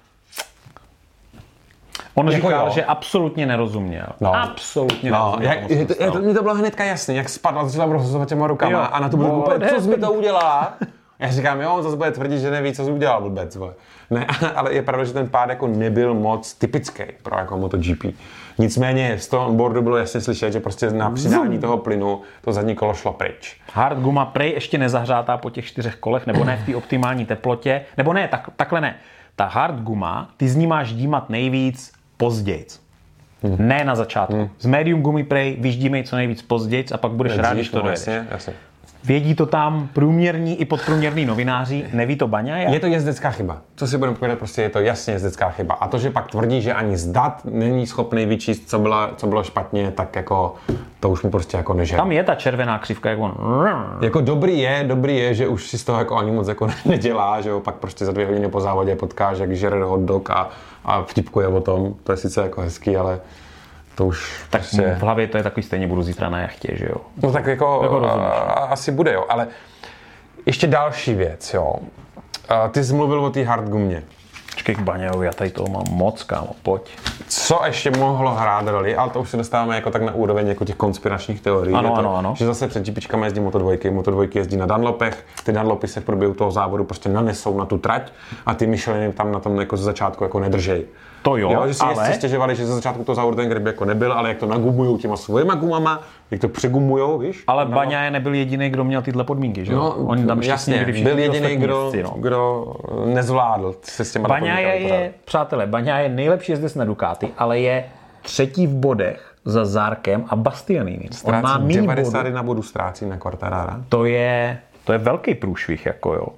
On jako říkal, jo. že absolutně nerozuměl. No. Absolutně no, nerozuměl. Jak, je to, je to, mně to bylo hnedka jasný, jak spadl, začal rozhazovat těma rukama jo. A na to bylo úplně, co jsi mi to udělala? Já říkám, jo, on zase bude tvrdit, že neví, co jsi udělal vůbec. Ne, ale je pravda, že ten pád jako nebyl moc typický pro jako MotoGP. Nicméně z toho onboardu bylo jasně slyšet, že prostě na přidání toho plynu to zadní kolo šlo pryč. Hard guma prej ještě nezahřátá po těch čtyřech kolech, nebo ne v té optimální teplotě, nebo ne, tak, takhle ne. Ta hard guma, ty z ní máš dímat nejvíc pozdějc. Hmm. Ne na začátku. Hmm. Z medium gumy prej vyždímej co nejvíc pozdějc a pak budeš rád, když to dojedeš. Jasně, jasně. Vědí to tam průměrní i podprůměrní novináři, neví to Bagnaia? Je to jezdecká chyba. Co si budeme povědět, prostě je to jasně jezdecká chyba. A to, že pak tvrdí, že ani z dat není schopný vyčíst, co, byla, co bylo špatně, tak jako to už mu prostě jako nežere. Tam je ta červená křivka, jak on... Jako dobrý je, dobrý je, že už si z toho jako ani moc jako nedělá, že jo, pak prostě za dvě hodiny po závodě potkáš, jak žere hot dog a, a vtipkuje o tom. To je sice jako hezký, ale to už tak prostě... v hlavě to je takový, stejně budu zítra na jachtě, že jo. No tak jako, jako a, asi bude, jo, ale ještě další věc, jo. A ty jsi mluvil o té hardgumě. Počkej k Bagnaiovi, já tady toho mám moc, kámo, pojď. Co ještě mohlo hrát roli, ale to už se dostáváme jako tak na úroveň jako těch konspiračních teorií. Ano, to, ano, ano. Že zase před GPčkami jezdí motodvojky, motodvojky jezdí na Dunlopech, ty Dunlopy se v průběhu toho závodu prostě nanesou na tu trať a ty Micheliny tam na tom jako ze začátku jako nedržej. To jo, jo že si ale... stěžovali, že ze začátku toho závodu ten grip jako nebyl, ale jak to nagumujou těma svojima gumama, jak to přegumujou, víš? Ale Bagnaia nebyl jediný, kdo měl tyhle podmínky, že jo? No, Oni tam jasně, byl jediný, kdo, jezdci, no. kdo nezvládl se s těma Bagnaia je, přátelé, Bagnaia je nejlepší jezdec na Ducati, ale je třetí v bodech za Zarkem a Bastianini. On má devadesát jedna bodů ztrácí na Quartarara. To je, to je velký průšvih, jako jo.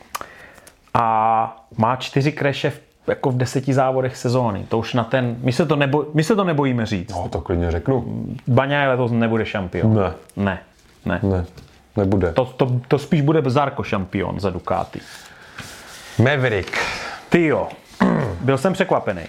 A má čtyři crashe v jako v deseti závodech sezóny. To už na ten... My se to, nebo, my se to nebojíme říct. No, to klidně řeknu. Bagnaia letos nebude šampion. Ne. Ne. Ne. Ne. Nebude. To, to, to spíš bude Zarco šampion za Ducati. Maverick. Ty jo. Byl jsem překvapený.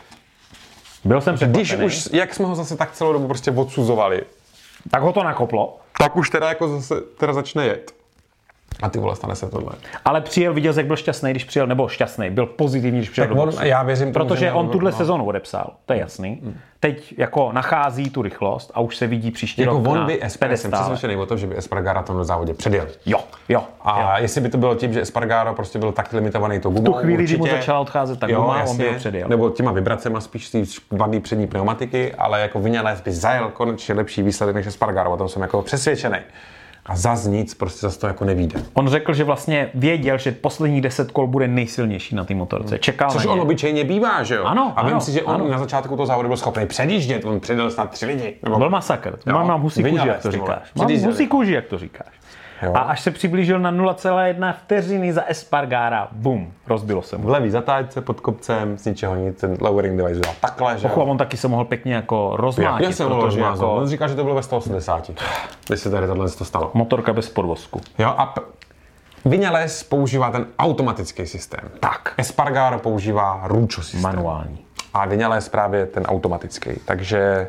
Byl jsem překvapený. Když už, jak jsme ho zase tak celou dobu prostě odsuzovali. Tak ho to nakoplo. Tak už teda jako zase teda začne jet. A ty vole, stane se tohle. Ale přijel, viděl, jak byl šťastný, když přijel, nebo šťastný, byl pozitivní, když přijel tak do on, boxu. já věřím tomu, protože on tuhle no. sezonu odepsal, to je jasný. Hmm. Teď jako nachází tu rychlost a už se vidí příští jako rok on na by Espargaro, jsem přesvědčený o tom, že by Espargaro tom závodě předjel. Jo, jo. A jo. jestli by to bylo tím, že Espargaro prostě byl tak limitovaný tou gumou, tu chvíli, určitě, kdy mu začala odcházet ta guma, on by ho předjel. Nebo těma vibracema spíš ty vadný přední pneumatiky, ale jako Viñales by zajel konečně lepší výsledek než Espargaro, o tom jsem jako přesvědčený. A zas nic, prostě zase to jako nevíde. On řekl, že vlastně věděl, že posledních deset kol bude nejsilnější na té motorce. Čekal Což na on ně. obyčejně bývá, že jo? Ano, a vím ano, si, že on ano. na začátku toho závodu byl schopný předjíždět, on předjel snad tři lidi. Nebo... Byl masakr. Mám, mám husí kůži, jak to říkáš. Mám husí kůži, jak to říkáš. Jo. A až se přiblížil na nula celá jedna vteřiny za Espargara, bum, rozbilo se mu. V levý zatáčce pod kopcem, z ničeho nic, ten lowering device udělal takhle, že jo. On taky se mohl pěkně jako rozmlátit. Já jsem mohl rozmázat, jako... on říká, že to bylo ve sto osmdesát, když se tady tohle to stalo. Motorka bez podvozku. Jo, a p- Viñales používá ten automatický systém. Tak. Espargaro používá Rucho systém. Manuální. A Viñales právě ten automatický, takže...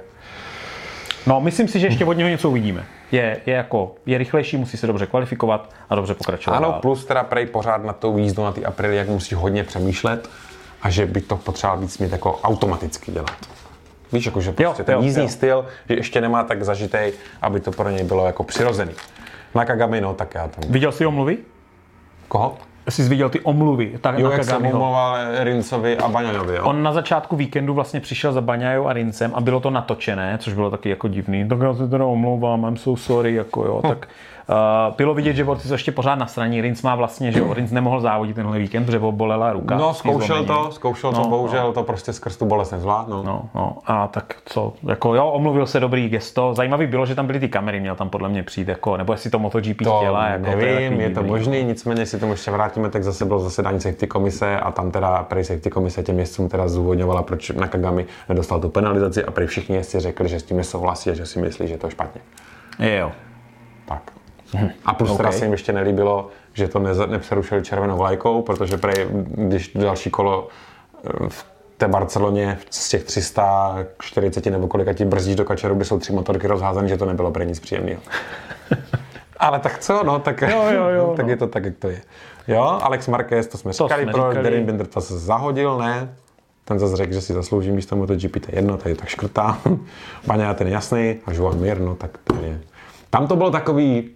No, myslím si, že ještě od něho něco uvidíme. Je, je jako, je rychlejší, musí se dobře kvalifikovat a dobře pokračovat. Ano, plus teda prej pořád na tou jízdu na ty Aprily, jak musí hodně přemýšlet a že by to potřeboval víc mít jako automaticky dělat. Víš, jako, že prostě jo, ten jo, jízdní jo. styl, že ještě nemá tak zažitej, aby to pro něj bylo jako přirozený. Na Kagami, no, tak já tam... Viděl jsi omluvy? Koho? Jsi viděl ty omluvy. Tak jo, na jak jsem omlouval Rincovi a Bagnaiovi, jo? On na začátku víkendu vlastně přišel za Bagnaio a Rincem a bylo to natočené, což bylo taky jako divný. Tak já se teda omlouvám, I'm so sorry, jako jo, hm. tak... Uh, bylo vidět, že borci jsou ještě pořád na straně. Rinc má vlastně, že jo, Rinc nemohl závodit tenhle víkend, protože ho bolela ruka. No, zkoušel to, zkoušel no, to, bohužel no. to prostě skrz tu bolest nezvládl. No. no, no, a tak co, jako jo, omluvil se, dobrý gesto. Zajímavý bylo, že tam byly ty kamery, měl tam podle mě přijít, jako, nebo jestli to MotoGP to chtěla. Jako, nevím, to je, je to možný, nicméně si tomu ještě vrátíme, tak zase bylo zasedání safety komise a tam teda prej safety komise těm jezdcům teda zúvodňovala, proč na Kagami nedostal tu penalizaci a prej všichni jezdci řekli, že s tím nesouhlasí a že si myslí, že je to špatně. Jo. Tak. A plus okay. teda se jim ještě nelíbilo, že to neze, nepřerušili červenou vlajkou, protože prej, když další kolo v té Barceloně z těch tři sta čtyřicet nebo kolika ti brzdíš do kačeru, kde jsou tři motorky rozházané, že to nebylo pro nic příjemného. Ale tak co, no, tak, jo, jo, jo, tak no. je to tak, jak to je. Jo, Alex Marquez, to jsme to říkali, pro Darren Binder to se zahodil, ne? Ten zase řekl, že si zaslouží místo MotoGP, to je jedno, tady tak škrtá. Bagnaia ten jasný, a Joan Mir, no, tak to je. Tam to bylo takový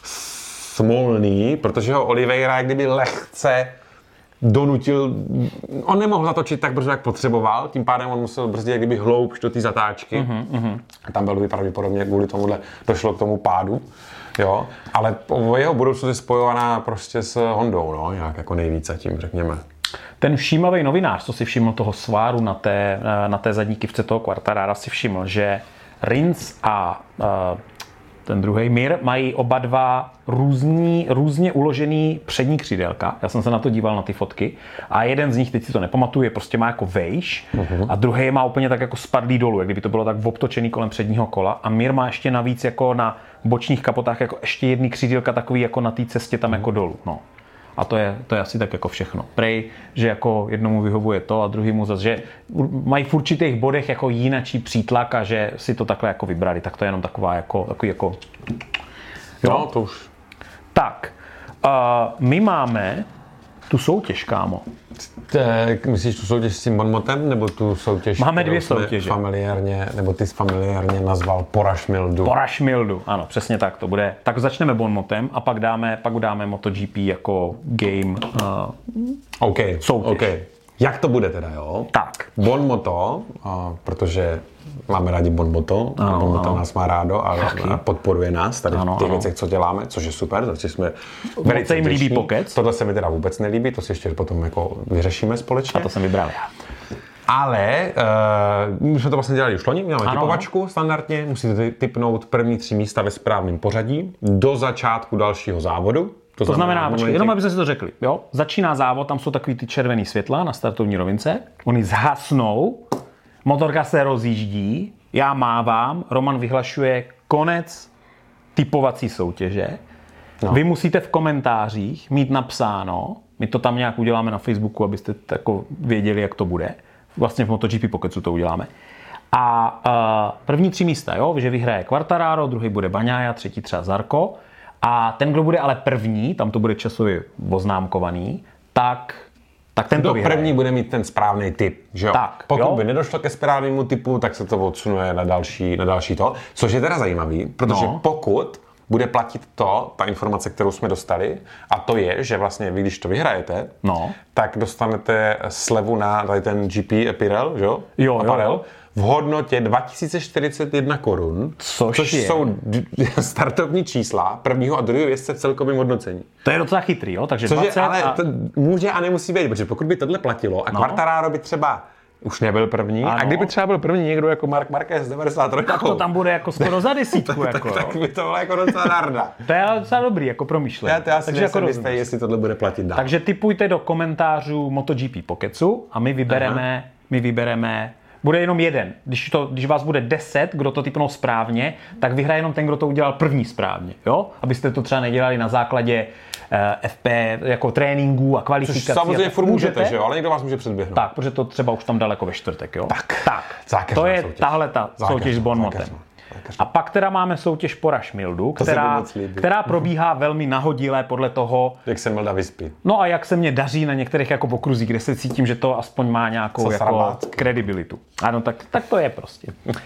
smolný, protože ho Oliveira kdyby lehce donutil, on nemohl zatočit tak brzo, jak potřeboval, tím pádem on musel brzdit kdyby hloubš do té zatáčky. Uh-huh, uh-huh. A tam byl by pravděpodobně kvůli tomuhle došlo k tomu pádu. Jo, ale jeho budoucnost je spojovaná prostě s Hondou, no, nějak jako nejvíc tím, řekněme. Ten všímavý novinář, co si všiml toho sváru na té, na té zadní kivce toho Quartarara, si všiml, že Rins a uh, ten druhý Mir, mají oba dva různý, různě uložený přední křídelka. Já jsem se na to díval na ty fotky. A jeden z nich, teď si to nepamatuju, je prostě má jako vejš uh-huh. a druhý má úplně tak jako spadlý dolů, jak kdyby to bylo tak obtočený kolem předního kola. A Mir má ještě navíc jako na bočních kapotách jako ještě jedný křídelka takový jako na té cestě tam uh-huh. jako dolů. No. A to je, to je asi tak jako všechno. Prej, že jako jednomu vyhovuje to a druhýmu zase, že mají v určitých bodech jako jinačí přítlak a že si to takhle jako vybrali. Tak to je jenom taková jako, takový jako... Jo, no, to už. Tak, uh, my máme tu soutěž, kámo. Tak, myslíš tu soutěž s tím bonmotem, nebo tu soutěž, máme dvě soutěže. Familiárně, nebo ty jsi familiárně nazval Poraž Mildu. Poraž Mildu, ano, přesně tak to bude. Tak začneme bonmotem a pak dáme, pak dáme MotoGP jako game uh, okay, soutěž. Okay. Jak to bude teda, jo? Tak. Bonmoto, protože máme rádi Bonmoto, a Bonmoto nás má rádo a, a podporuje nás tady v těch věcech, co děláme, což je super, takže jsme velice se jim líbí pokec. Tohle se mi teda vůbec nelíbí, to si ještě potom jako vyřešíme společně. A to jsem vybral já. Ale uh, my jsme to vlastně dělali už loni, máme ano, typovačku standardně, musíte typnout první tři místa ve správném pořadí do začátku dalšího závodu. To, to znamená, znamená počkej, jenom abyste si to řekli, jo? Začíná závod, tam jsou takový ty červený světla na startovní rovince, oni zhasnou, motorka se rozjíždí, já mávám, Roman vyhlašuje konec typovací soutěže. No. Vy musíte v komentářích mít napsáno, my to tam nějak uděláme na Facebooku, abyste tako věděli, jak to bude. Vlastně v MotoGP Pokecu to uděláme. A uh, první tři místa, jo, že vyhraje Quartararo, druhý bude Bagnaia, třetí třeba Zarco. A ten, kdo bude ale první, tam to bude časově oznámkovaný, tak, tak ten to vyhraje. První bude mít ten správný typ, že jo? Tak, pokud jo? by nedošlo ke správnému typu, tak se to odsunuje na další, na další to. Což je teda zajímavý, protože no. pokud bude platit to, ta informace, kterou jsme dostali, a to je, že vlastně vy, když to vyhrajete, no. tak dostanete slevu na tady ten G P Apparel, že jo? Jo, Apparel, jo. v hodnotě dva tisíce čtyřicet jedna korun, což, což je. jsou startovní čísla prvního a druhého jezdce v celkovém hodnocení. To je docela chytrý, jo? Takže což dvacet je, ale a... to může a nemusí být, protože pokud by tohle platilo a no. Quartararo by třeba už nebyl první, ano. a kdyby třeba byl první někdo jako Marc Marquez z devadesát tři, tak to tam bude jako skoro za desítku. tak, jako, tak, tak by to bylo jako docela darda. To je docela dobrý, jako promyšlení. Já to asi nejsem jistý, jestli tohle bude platit dál. Takže tipujte do komentářů MotoGP Pokecu a my vybereme, my vybereme, bude jenom jeden. Když, to, když vás bude deset, kdo to tipnul správně, tak vyhraje jenom ten, kdo to udělal první správně. Jo? Abyste to třeba nedělali na základě uh, F P jako tréninků a kvalifikací. Což samozřejmě furt můžete, že jo? Ale někdo vás může předběhnout. Tak, protože to třeba už tam daleko ve čtvrtek, jo? Tak, tak to je tahle ta soutěž s bonmotem. A pak teda máme soutěž Poraž Mildu, která, která probíhá velmi nahodile podle toho, jak se Milda vyspí. No a jak se mě daří na některých jako okruzích, kde se cítím, že to aspoň má nějakou jako kredibilitu. Ano, tak, tak to je prostě.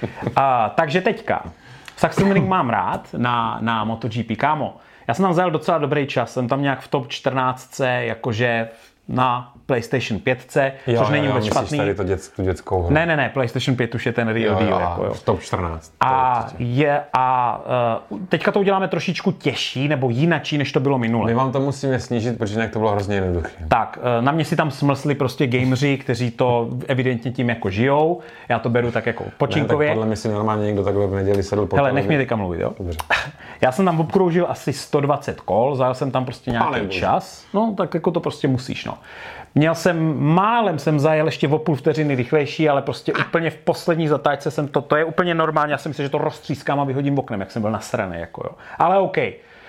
A, takže teďka. Sachsenring mám rád na, na MotoGP. Kámo, já jsem tam zajel docela dobrý čas. Jsem tam nějak v top čtrnáct, jakože na PlayStation pět, jo, což není jo, vůbec špatný. Tady to dět, tu dětskou hru. Ne, ne, ne, PlayStation pět už je ten real deal. Jako, jo. V top čtrnáct. A, je, a uh, teďka to uděláme trošičku těžší nebo jinačí, než to bylo minule. My vám to musíme snížit, protože jinak to bylo hrozně jednoduché. Tak, uh, na mě si tam smlsli prostě gameři, kteří to evidentně tím jako žijou. Já to beru tak jako počinkově. Ne, tak podle mě si normálně někdo takhle v neděli sedl po. Hele, nech mě teďka mluvit, jo? Dobře. Já jsem tam obkroužil asi sto dvacet kol, zajel jsem tam prostě nějaký Ale čas. No, tak jako to prostě musíš, no. Měl jsem, málem jsem zajel ještě o půl vteřiny rychlejší, ale prostě úplně v poslední zatáčce jsem to, to je úplně normálně, já jsem myslel, že to roztřískám a vyhodím oknem, jak jsem byl nasraný, jako jo. Ale OK.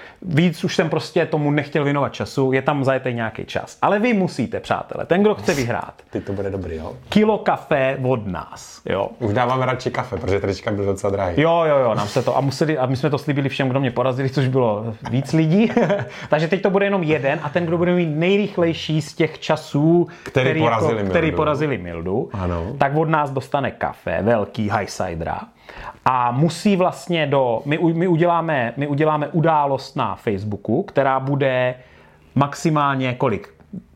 Víc už jsem prostě tomu nechtěl věnovat času, je tam zajetý nějaký čas. Ale vy musíte, přátelé, ten, kdo chce vyhrát. Ty to bude dobrý, jo? Kilo kafe od nás, jo. Už dáváme radši kafe, protože trička byl docela drahý. Jo, jo, jo, nám se to, a, museli, a my jsme to slíbili všem, kdo mě porazili, což bylo víc lidí. Takže teď to bude jenom jeden a ten, kdo bude mít nejrychlejší z těch časů, který, který, porazili, jako, který porazili Mildu, ano. tak od nás dostane kafe, velký highsidera. A musí vlastně do, my, my, uděláme, my uděláme událost na Facebooku, která bude maximálně kolik?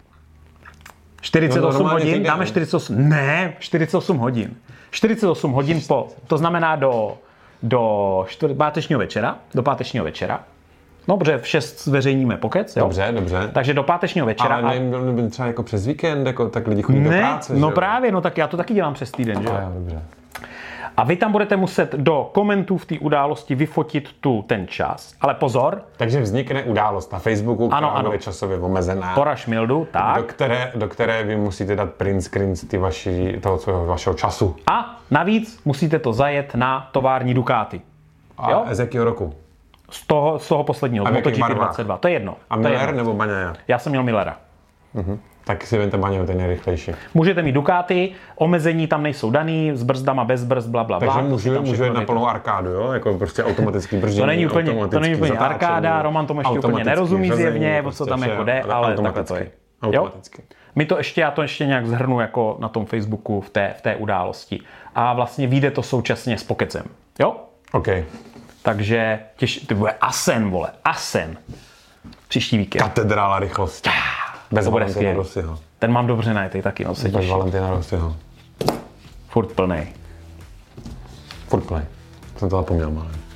čtyřicet osm no, hodin? Dáme čtyřicet osm, ne, čtyřicet osm hodin. čtyřicet osm hodin po, to znamená do, do čtvrt, pátečního večera, do pátečního večera. No, protože v šest zveřejníme pokec, jo? Dobře, dobře. Takže do pátečního večera. Ale ne, třeba jako přes víkend, jako tak lidi chodí ne, do práce, no že? právě, no tak já to taky dělám přes týden, že jo? A jo, dobře. A vy tam budete muset do komentů v té události vyfotit tu ten čas. Ale pozor. Takže vznikne událost na Facebooku, která ano, ano. bude časově omezená. Pora šmildu, tak. Do které, do které vy musíte dát print screen z ty vaši, toho, co, vašeho času. A navíc musíte to zajet na tovární Ducati. A jo? z jakého roku? Z toho, z toho posledního, z MotoGP dvacet dva. To je jedno. A to je Miller jedno. nebo Bagnaia? Já jsem měl Millera. Mhm. Tak si vemte Bagnaia, ten je rychlejší. Můžete mít Ducati, omezení tam nejsou daný, s brzdama, bez brzd, bla, bla, bla. Takže můžu, můžu jít na plnou arkádu, jo? Jako prostě automatický brždění, to není úplně, to není úplně zatáčení, arkáda, Roman tomu ještě úplně nerozumí řazení, zjevně, prostě co tam vše, jako jde, ale takhle to je. Automaticky. Jo? My to ještě, já to ještě nějak zhrnu jako na tom Facebooku v té, v té události. A vlastně vyjde to současně s Pokecem. Jo? OK. Takže těž, ty bude Asen, vole, Asen. Příští víkend. Katedrála rychlosti. Bez Valentina Rossiho. Ten mám dobře najetej taky, no se Bez těším. Valentina Rossiho. Furt plnej. Furt plnej. Jsem to zapomněl, ale.